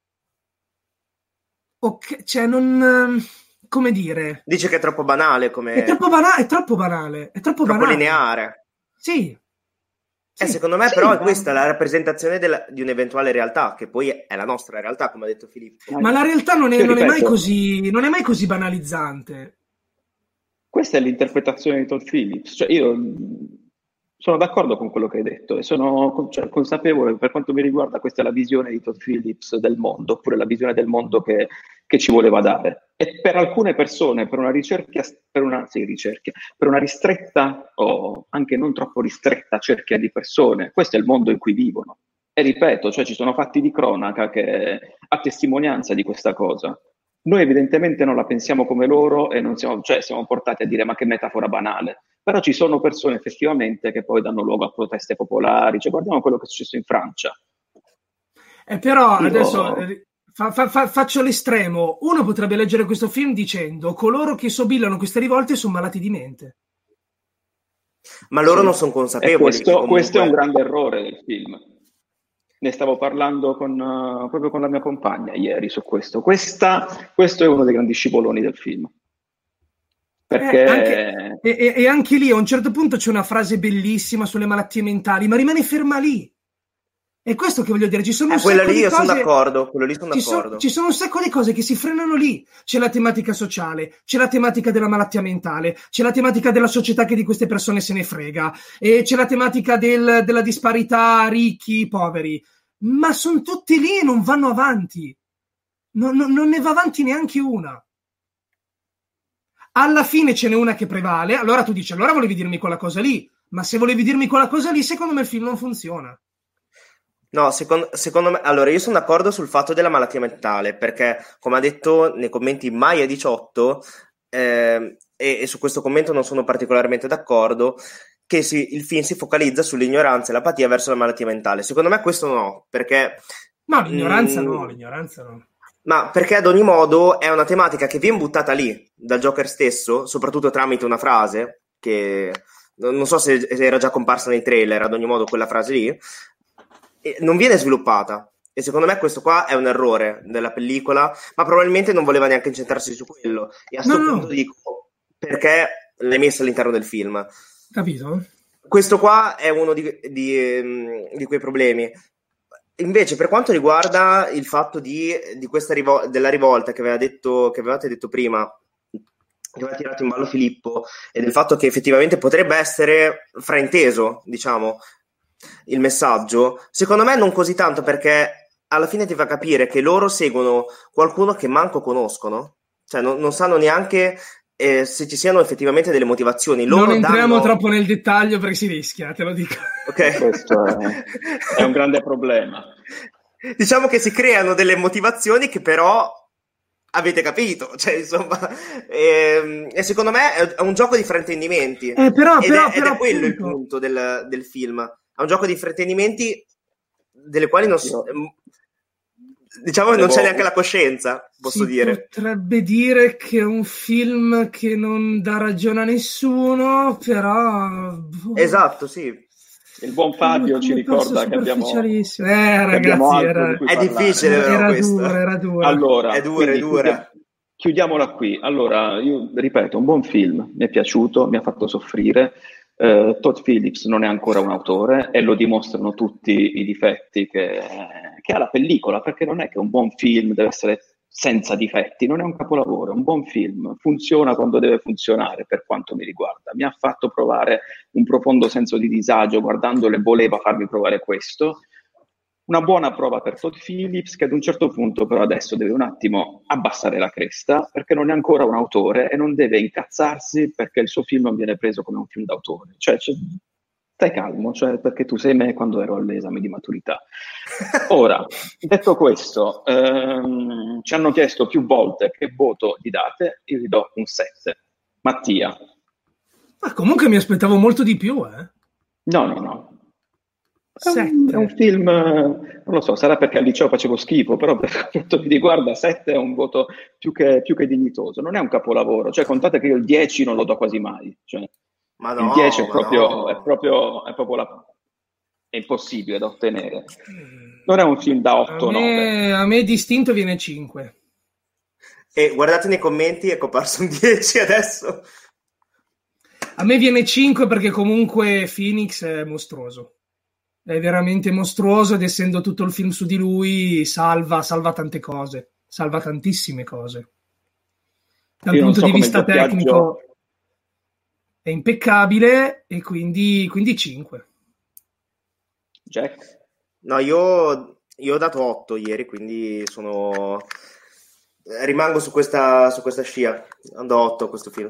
ok, cioè non... come dire... Dice che è troppo banale, come... È troppo banale, è troppo banale, è troppo, troppo banale. lineare. Sì. Eh, sì. Secondo me sì, però ma... è questa la rappresentazione della, di un'eventuale realtà, che poi è la nostra realtà, come ha detto Filippo. Ma la realtà non è, Io non è mai ripeto, così, non è mai così banalizzante. questa è l'interpretazione di Todd Phillips. Cioè, io sono d'accordo con quello che hai detto e sono cioè, consapevole, per quanto mi riguarda, questa è la visione di Todd Phillips del mondo, oppure la visione del mondo che, che ci voleva dare. E per alcune persone, per una ricerca, per una, sì, ricerca, per una ristretta o anche non troppo ristretta cerchia di persone, questo è il mondo in cui vivono. E ripeto, cioè, ci sono fatti di cronaca che a testimonianza di questa cosa. Noi evidentemente non la pensiamo come loro e non siamo, cioè, siamo portati a dire ma che metafora banale. Però ci sono persone effettivamente che poi danno luogo a proteste popolari. Cioè, guardiamo quello che è successo in Francia. Eh, però Io... adesso fa, fa, fa, faccio l'estremo. Uno potrebbe leggere questo film dicendo coloro che sobillano queste rivolte sono malati di mente. Ma loro sì. non sono consapevoli. E questo, comunque... questo è un grande errore del film. Ne stavo parlando con, uh, proprio con la mia compagna ieri su questo. Questa, questo è uno dei grandi scipoloni del film. Perché... Eh, anche, e, e anche lì a un certo punto c'è una frase bellissima sulle malattie mentali, ma rimane ferma lì. È questo che voglio dire. Ci sono eh, un quella sacco lì di io cose... sono d'accordo. Quello lì sono ci, d'accordo. So, ci sono un sacco di cose che si frenano lì. C'è la tematica sociale, c'è la tematica della malattia mentale, c'è la tematica della società che di queste persone se ne frega, e c'è la tematica del, della disparità ricchi, poveri. Ma sono tutti lì e non vanno avanti. Non, non, non ne va avanti neanche una. Alla fine ce n'è una che prevale, allora tu dici, allora volevi dirmi quella cosa lì, ma se volevi dirmi quella cosa lì, secondo me il film non funziona. No, secondo, secondo me, allora io sono d'accordo sul fatto della malattia mentale, perché come ha detto nei commenti Maya diciotto, eh, e, e su questo commento non sono particolarmente d'accordo, che si, il film si focalizza sull'ignoranza e l'apatia verso la malattia mentale. Secondo me questo no, perché... No, l'ignoranza mh, no, l'ignoranza no. Ma perché ad ogni modo è una tematica che viene buttata lì dal Joker stesso, soprattutto tramite una frase che non so se era già comparsa nei trailer, ad ogni modo quella frase lì e non viene sviluppata, e secondo me questo qua è un errore della pellicola, ma probabilmente non voleva neanche incentrarsi su quello, e a questo no, punto no. dico perché l'hai messa all'interno del film. Capito? Questo qua è uno di, di, di quei problemi. Invece, per quanto riguarda il fatto di, di questa rivol- della rivolta che aveva detto, che avevate detto prima, che aveva tirato in ballo Filippo, e del fatto che effettivamente potrebbe essere frainteso, diciamo, il messaggio, secondo me non così tanto, perché alla fine ti fa capire che loro seguono qualcuno che manco conoscono, cioè non, non sanno neanche eh, se ci siano effettivamente delle motivazioni. Loro non entriamo danno... troppo nel dettaglio perché si rischia, te lo dico. Ok. Questo è, è un grande problema. Diciamo che si creano delle motivazioni che però avete capito, cioè insomma, e, e secondo me è un gioco di fraintendimenti, eh, però, ed, però, è, ed però, è quello appunto. il punto del, del film, è un gioco di fraintendimenti delle quali non Io... diciamo che Devo... non c'è neanche la coscienza, posso si dire. Potrebbe dire che è un film che non dà ragione a nessuno, però... Esatto, sì. Il buon Fabio ci ricorda che abbiamo, eh, che abbiamo ragazzi, altro era, di cui è parlare. difficile, però, era questo. dura, era dura. Allora, è dura, è dura. Chiudiamola qui. Allora, io ripeto, un buon film, mi è piaciuto, mi ha fatto soffrire. Uh, Todd Phillips non è ancora un autore e lo dimostrano tutti i difetti che, che ha la pellicola, perché non è che un buon film deve essere senza difetti, non è un capolavoro, è un buon film, funziona quando deve funzionare, per quanto mi riguarda. Mi ha fatto provare un profondo senso di disagio guardandolo e voleva farmi provare questo. Una buona prova per Todd Phillips, che ad un certo punto però adesso deve un attimo abbassare la cresta, perché non è ancora un autore e non deve incazzarsi perché il suo film non viene preso come un film d'autore. Cioè, cioè stai calmo, cioè, perché tu sei me quando ero all'esame di maturità. Ora, detto questo, ehm, ci hanno chiesto più volte che voto gli date, io gli do un sette. Mattia. Ma comunque mi aspettavo molto di più, eh. No, no, no. È un, è un film, non lo so, sarà perché al liceo facevo schifo, però per quanto mi riguarda sette è un voto più che, più che dignitoso. Non è un capolavoro, cioè contate che io il dieci non lo do quasi mai. Cioè, ma no, il dieci è proprio, no. è proprio, è proprio la, è impossibile da ottenere. Non è un film da otto nove. A me distinto viene cinque. E guardate nei commenti, è comparso un dieci adesso. A me viene cinque perché comunque Phoenix è mostruoso. È veramente mostruoso ed essendo tutto il film su di lui salva, salva tante cose, salva tantissime cose. Dal Io non punto so di come vista il doppiaggio... tecnico è impeccabile e quindi, quindi cinque. Jack? No, io, io ho dato otto ieri, quindi sono rimango su questa, su questa scia. Do otto a questo film.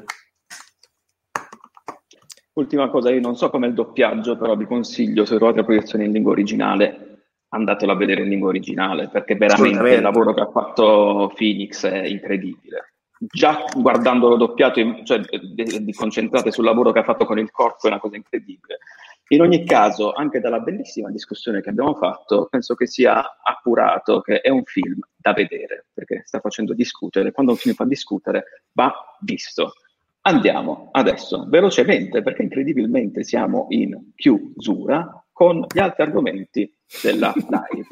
Ultima cosa, io non so com'è il doppiaggio, però vi consiglio, se trovate la proiezione in lingua originale, andatelo a vedere in lingua originale, perché veramente il lavoro che ha fatto Phoenix è incredibile. Già guardandolo doppiato, cioè di concentrate sul lavoro che ha fatto con il corpo, è una cosa incredibile. In ogni caso, anche dalla bellissima discussione che abbiamo fatto, penso che sia appurato che è un film da vedere, perché sta facendo discutere. Quando un film fa discutere, va visto. Andiamo adesso velocemente, perché incredibilmente siamo in chiusura con gli altri argomenti della live.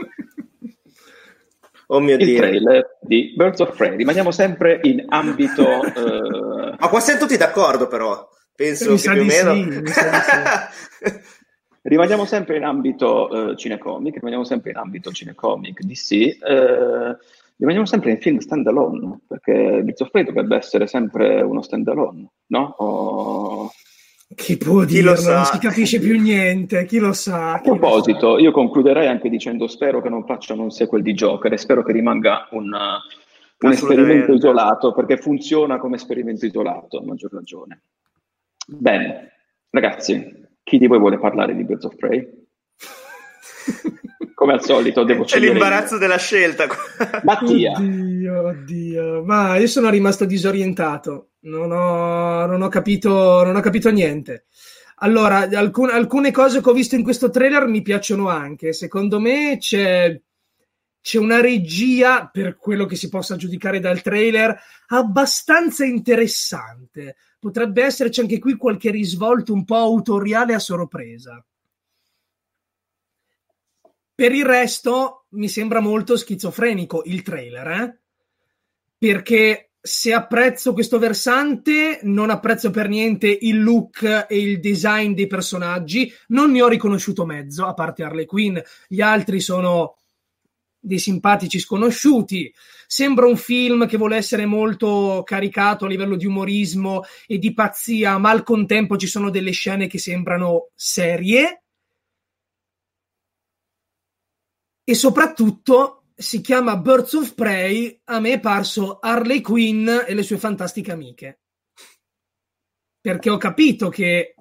Oh mio il Dio. trailer di Birds of Prey. Rimaniamo sempre in ambito... Eh... Ma qua siamo tutti d'accordo, però. Penso mi che sa più o di meno... sì, mi sa di sì. Rimaniamo sempre in ambito eh, cinecomic, rimaniamo sempre in ambito cinecomic D C, eh, rimaniamo sempre in film stand-alone, perché Birds of Prey dovrebbe essere sempre uno stand-alone, no? O... Chi può Chi dirlo? lo sa? Non si capisce più niente, chi lo sa? A proposito, io concluderei anche dicendo spero che non facciano un sequel di Joker e spero che rimanga un, un esperimento isolato, perché funziona come esperimento isolato, a maggior ragione. Bene, ragazzi, chi di voi vuole parlare di Birds of Prey? Come al solito devo C'è l'imbarazzo io. della scelta. Mattia. Oddio, oddio. Ma io sono rimasto disorientato. Non ho, non ho capito, non ho capito niente. Allora, alcun, alcune cose che ho visto in questo trailer mi piacciono anche. Secondo me c'è, c'è una regia, per quello che si possa giudicare dal trailer, abbastanza interessante. Potrebbe esserci anche qui qualche risvolto un po' autoriale a sorpresa. Per il resto mi sembra molto schizofrenico il trailer, eh? Perché se apprezzo questo versante, non apprezzo per niente il look e il design dei personaggi. Non ne ho riconosciuto mezzo, a parte Harley Quinn. Gli altri sono dei simpatici sconosciuti. Sembra un film che vuole essere molto caricato a livello di umorismo e di pazzia, ma al contempo ci sono delle scene che sembrano serie. e soprattutto si chiama Birds of Prey. A me è parso Harley Quinn e le sue fantastiche amiche, perché ho capito che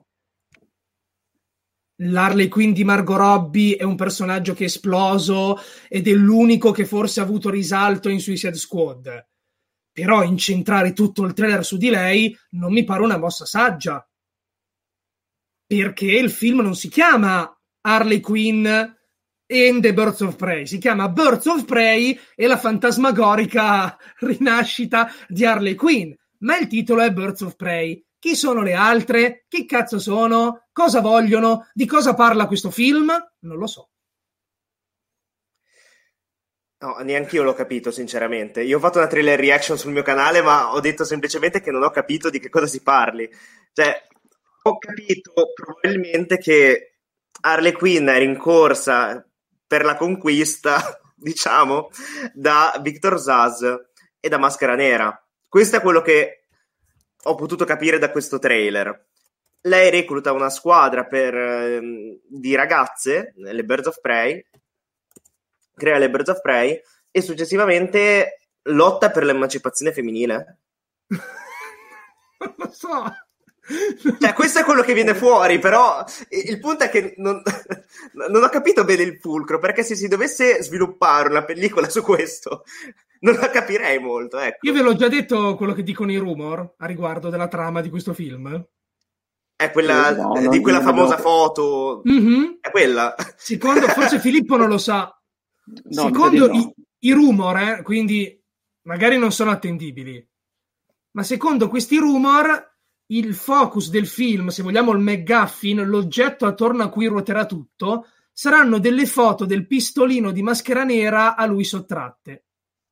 l'Harley Quinn di Margot Robbie è un personaggio che è esploso ed è l'unico che forse ha avuto risalto in Suicide Squad, però incentrare tutto il trailer su di lei non mi pare una mossa saggia, perché il film non si chiama Harley Quinn and the Birds of Prey, si chiama Birds of Prey e la fantasmagorica rinascita di Harley Quinn, ma il titolo è Birds of Prey. Chi sono le altre? Chi cazzo sono? Cosa vogliono? Di cosa parla questo film? Non lo so. No, neanche io l'ho capito, sinceramente. Io ho fatto una trailer reaction sul mio canale, ma ho detto semplicemente che non ho capito di che cosa si parli. Cioè, ho capito probabilmente che Harley Quinn è rincorsa per la conquista, diciamo, da Victor Zsasz e da Maschera Nera. Questo è quello che ho potuto capire da questo trailer. Lei recluta una squadra per, eh, di ragazze, le Birds of Prey, crea le Birds of Prey e successivamente lotta per l'emancipazione femminile. Non lo so. Cioè, questo è quello che viene fuori, però il punto è che non, non ho capito bene il fulcro, perché se si dovesse sviluppare una pellicola su questo non la capirei molto, ecco. Io ve l'ho già detto quello che dicono i rumor a riguardo della trama di questo film. È quella no, di quella famosa no. foto, mm-hmm. È quella. Secondo, forse Filippo non lo sa. No, secondo no. i, i rumor, eh, quindi magari non sono attendibili, ma secondo questi rumor il focus del film, se vogliamo il McGuffin, l'oggetto attorno a cui ruoterà tutto, saranno delle foto del pistolino di Maschera Nera a lui sottratte.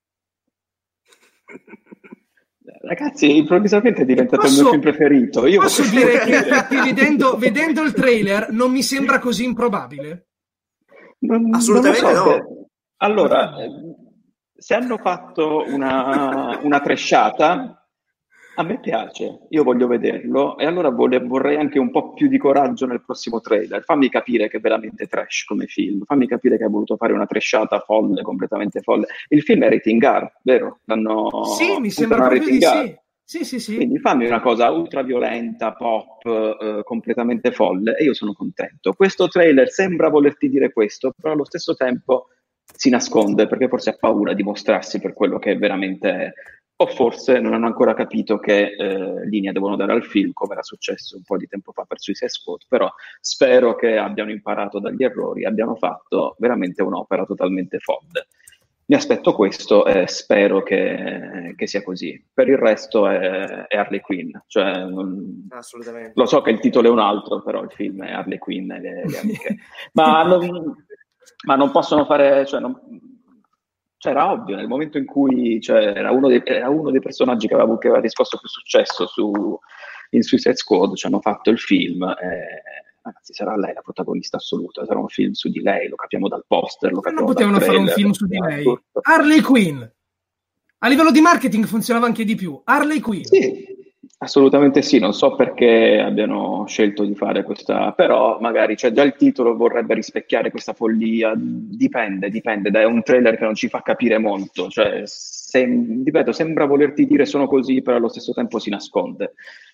Ragazzi, improvvisamente è diventato posso, il mio film preferito. Io posso dire che, che vedendo, vedendo il trailer non mi sembra così improbabile? Non, Assolutamente non so no. Che... Allora, se hanno fatto una, una trashata, a me piace, io voglio vederlo e allora vole, vorrei anche un po' più di coraggio nel prossimo trailer. Fammi capire che è veramente trash come film, fammi capire che hai voluto fare una trashata folle, completamente folle. Il film è rating R, vero? L'hanno sì, mi sembra proprio di sì. Sì, sì, sì. Quindi fammi una cosa ultra violenta, pop, eh, completamente folle e io sono contento. Questo trailer sembra volerti dire questo, però allo stesso tempo si nasconde perché forse ha paura di mostrarsi per quello che veramente è. O forse non hanno ancora capito che eh, linea devono dare al film, come era successo un po' di tempo fa per Suicide Squad, però spero che abbiano imparato dagli errori, abbiano fatto veramente un'opera totalmente folle. Mi aspetto questo e spero che, che sia così. Per il resto è, è Harley Quinn. Cioè, non, assolutamente. Lo so che il titolo è un altro, però il film è Harley Quinn e le, le amiche. ma, non, ma non possono fare... Cioè, non, Cioè, era ovvio, nel momento in cui cioè, era, uno dei, era uno dei personaggi che aveva, che aveva riscosso più successo su, in Suicide Squad, ci hanno fatto il film, e, ragazzi, sarà lei la protagonista assoluta, sarà un film su di lei, lo capiamo dal poster, lo capiamo non potevano dal trailer, fare un film su di lei. Tutto. Harley Quinn! A livello di marketing funzionava anche di più. Harley Quinn! Sì, assolutamente sì, non so perché abbiano scelto di fare questa, però magari cioè, già il titolo vorrebbe rispecchiare questa follia, dipende, dipende, da un trailer che non ci fa capire molto, cioè, se, ripeto, sembra volerti dire sono così, però allo stesso tempo si nasconde,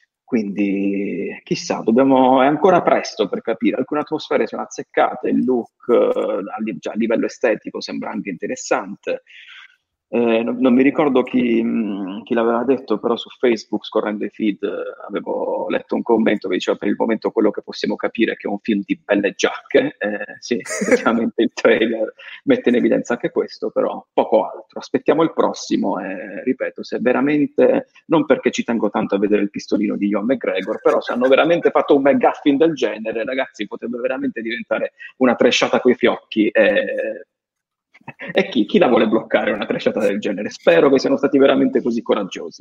quindi chissà, dobbiamo, è ancora presto per capire, alcune atmosfere sono azzeccate, il look eh, già a livello estetico sembra anche interessante. Eh, non, non mi ricordo chi, mh, chi l'aveva detto, però su Facebook, scorrendo i feed, eh, avevo letto un commento che diceva per il momento quello che possiamo capire è che è un film di belle giacche. Eh, sì, effettivamente il trailer mette in evidenza anche questo, però poco altro. Aspettiamo il prossimo e, ripeto, se veramente, non perché ci tengo tanto a vedere il pistolino di Ewan McGregor, però se hanno veramente fatto un McGuffin del genere, ragazzi, potrebbe veramente diventare una tresciata coi fiocchi e... E chi, chi la vuole bloccare una trashata del genere? Spero che siano stati veramente così coraggiosi.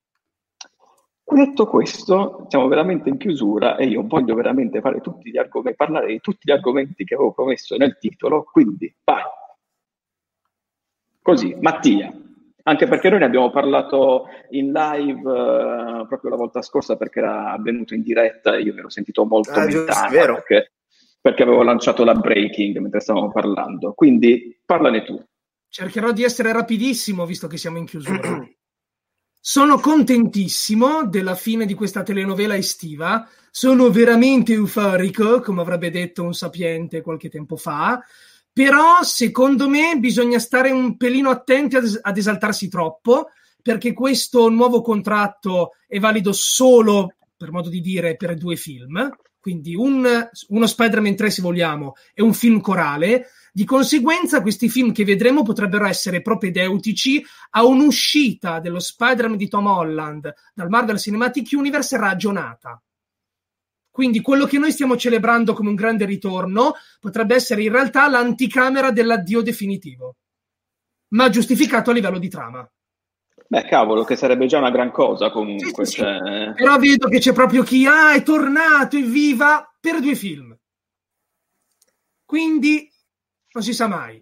Detto questo, siamo veramente in chiusura e io voglio veramente fare tutti gli argomenti, parlare di tutti gli argomenti che avevo promesso nel titolo, quindi vai. Così, Mattia. Anche perché noi ne abbiamo parlato in live uh, proprio la volta scorsa perché era avvenuto in diretta e io mi ero sentito molto ah, mentale. Vero. Perché perché avevo lanciato la breaking mentre stavamo parlando. Quindi parlane tu. Cercherò di essere rapidissimo, visto che siamo in chiusura. Sono contentissimo della fine di questa telenovela estiva. Sono veramente euforico, come avrebbe detto un sapiente qualche tempo fa. Però, secondo me, bisogna stare un pelino attenti ad, ad esaltarsi troppo, perché questo nuovo contratto è valido solo, per modo di dire, per due film. Quindi un, uno Spider-Man tre, se vogliamo, è un film corale. Di conseguenza questi film che vedremo potrebbero essere propedeutici a un'uscita dello Spider-Man di Tom Holland dal Marvel Cinematic Universe ragionata. Quindi quello che noi stiamo celebrando come un grande ritorno potrebbe essere in realtà l'anticamera dell'addio definitivo, ma giustificato a livello di trama. Beh, cavolo, che sarebbe già una gran cosa comunque. Sì, sì, cioè... sì. Però vedo che c'è proprio chi ah, è tornato, evviva, per due film. Quindi non si sa mai.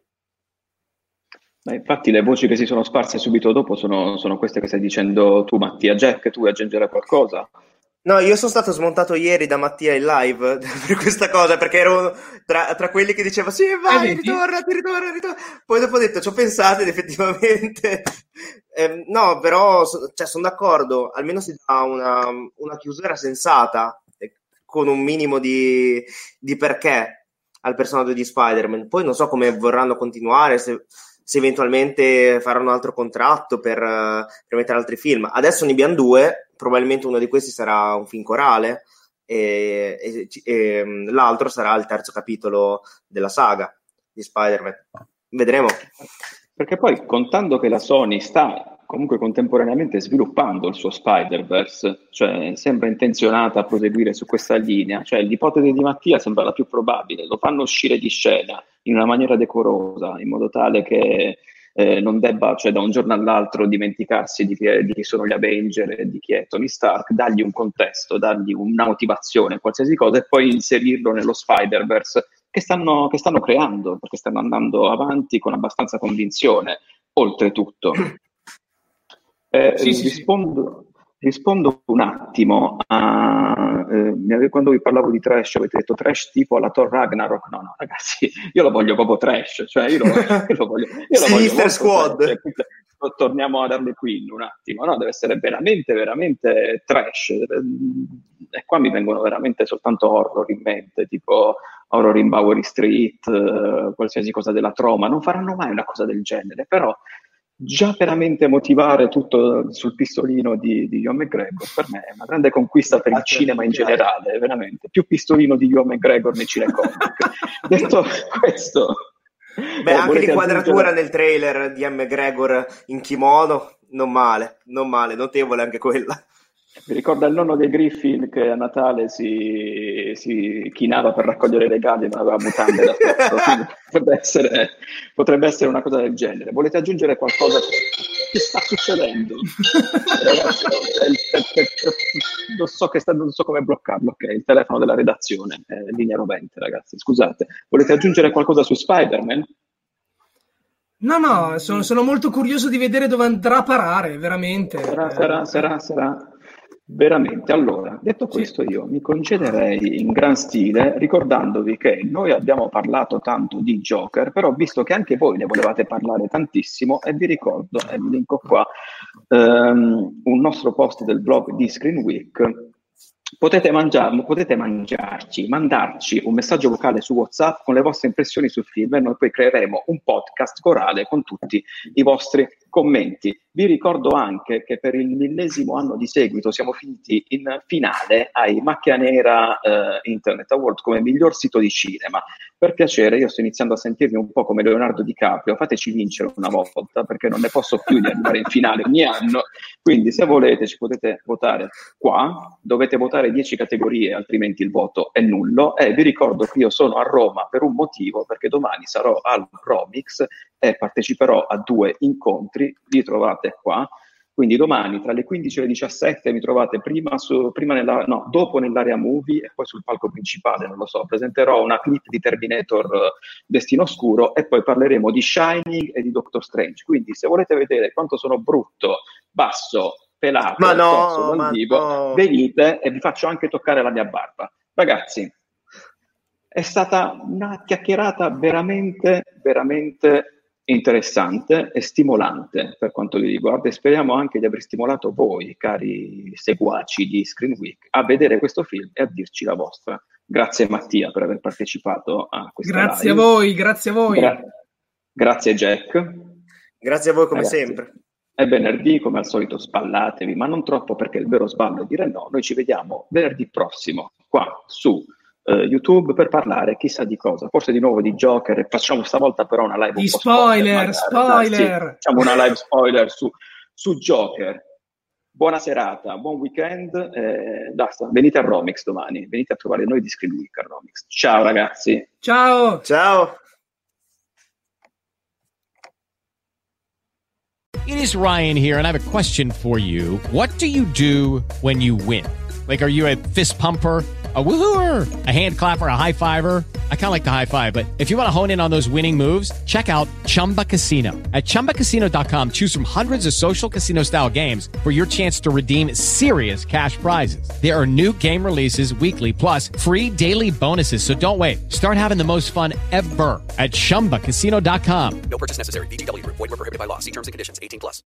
Beh, infatti le voci che si sono sparse subito dopo sono, sono queste che stai dicendo tu, Mattia. Jack, tu vuoi aggiungere qualcosa? No, io sono stato smontato ieri da Mattia in live per questa cosa, perché ero tra, tra quelli che diceva sì, vai, eh, ritorna, ti ritorna, ritorna. Poi dopo ho detto, ci ho pensato ed effettivamente... eh, no, però cioè, sono d'accordo, almeno si dà una, una chiusura sensata, eh, con un minimo di, di perché al personaggio di Spider-Man. Poi non so come vorranno continuare, se, se eventualmente faranno un altro contratto per, per mettere altri film. Adesso ne abbiamo due, probabilmente uno di questi sarà un film corale e, e, e l'altro sarà il terzo capitolo della saga di Spider-Man. Vedremo. Perché poi, contando che la Sony sta comunque contemporaneamente sviluppando il suo Spider-Verse, cioè sembra intenzionata a proseguire su questa linea, cioè l'ipotesi di Mattia sembra la più probabile, lo fanno uscire di scena in una maniera decorosa, in modo tale che eh, non debba, cioè da un giorno all'altro, dimenticarsi di chi, è, di chi sono gli Avenger e di chi è Tony Stark, dargli un contesto, dargli una motivazione, qualsiasi cosa, e poi inserirlo nello Spider-Verse che stanno, che stanno creando, perché stanno andando avanti con abbastanza convinzione, oltretutto. Eh, sì, sì, rispondo, sì. rispondo un attimo a eh, quando vi parlavo di trash, avete detto trash tipo alla Thor Ragnarok. No, no, ragazzi, io lo voglio proprio trash, cioè io lo, io lo voglio. Io lo Sinister voglio Squad. Trash, cioè, torniamo ad Harley Quinn un attimo, no? Deve essere veramente, veramente trash. E qua mi vengono veramente soltanto horror in mente, tipo horror in Bowery Street, eh, qualsiasi cosa della Troma. Non faranno mai una cosa del genere, però già veramente motivare tutto sul pistolino di, di Ewan McGregor per me è una grande conquista per il cinema in generale, veramente. Più pistolino di Ewan McGregor nei cinecomic. Detto questo, beh, eh, anche l'inquadratura aggiungere... nel trailer di Ewan McGregor in kimono, non male, non male, notevole anche quella. Mi ricorda il nonno dei Griffin che a Natale si, si chinava per raccogliere i regali e non aveva mutande da sotto. potrebbe essere, potrebbe essere una cosa del genere. Volete aggiungere qualcosa? Che sta succedendo? Ragazzi, non so, che sta, non so come bloccarlo. Ok, il telefono della redazione è linea rovente, ragazzi. Scusate. Volete aggiungere qualcosa su Spider-Man? No, no, sono, sono molto curioso di vedere dove andrà a parare, veramente. Sarà, sarà, sarà, sarà. Veramente, allora, detto questo, io mi concederei in gran stile ricordandovi che noi abbiamo parlato tanto di Joker, però visto che anche voi ne volevate parlare tantissimo, e vi ricordo, e vi linko qua, um, un nostro post del blog di Screen Week. Potete, mangiar, potete mangiarci, mandarci un messaggio vocale su WhatsApp con le vostre impressioni sul film e noi poi creeremo un podcast corale con tutti i vostri commenti. Vi ricordo anche che per il millesimo anno di seguito siamo finiti in finale ai Macchia Nera eh, Internet Award come miglior sito di cinema. Per piacere, io sto iniziando a sentirmi un po' come Leonardo DiCaprio, fateci vincere una volta perché non ne posso più di arrivare in finale ogni anno, quindi se volete ci potete votare qua, dovete votare dieci categorie altrimenti il voto è nullo, e vi ricordo che io sono a Roma per un motivo, perché domani sarò al Romix e parteciperò a due incontri, li trovate qua. Quindi domani tra le quindici e le diciassette mi trovate prima, su, prima nella, no, dopo nell'area movie e poi sul palco principale, non lo so, presenterò una clip di Terminator uh, Destino Oscuro e poi parleremo di Shining e di Doctor Strange. Quindi se volete vedere quanto sono brutto, basso, pelato, ma no, corso dal ma vivo, no. venite e vi faccio anche toccare la mia barba. Ragazzi, è stata una chiacchierata veramente, veramente interessante e stimolante per quanto vi riguarda, e speriamo anche di aver stimolato voi, cari seguaci di Screen Week, a vedere questo film e a dirci la vostra. Grazie Mattia per aver partecipato a questa Grazie live. a voi, grazie a voi. Gra- grazie Jack. Grazie a voi come Ragazzi, sempre. è venerdì, come al solito sballatevi, ma non troppo, perché il vero sballo è dire no. Noi ci vediamo venerdì prossimo qua su uh, YouTube per parlare chissà di cosa, forse di nuovo di Joker, e facciamo stavolta però una live Di un po' spoiler, spoiler, spoiler. Dai, sì, facciamo una live spoiler su, su Joker. Buona serata, buon weekend, eh, basta, venite a Romix domani, venite a trovare noi di Screen Week a Romix. Ciao ragazzi. Ciao. Ciao. It is Ryan here, and I have a question for you. What do you do when you win? Like, are you a fist pumper, a woohooer, a hand clapper, a high fiver? I kind of like the high five, but if you want to hone in on those winning moves, check out Chumba Casino. At chumba casino dot com, choose from hundreds of social casino style games for your chance to redeem serious cash prizes. There are new game releases weekly, plus free daily bonuses. So don't wait. Start having the most fun ever at chumba casino dot com. No purchase necessary. V G W Group. Void where prohibited by law. See terms and conditions. eighteen plus.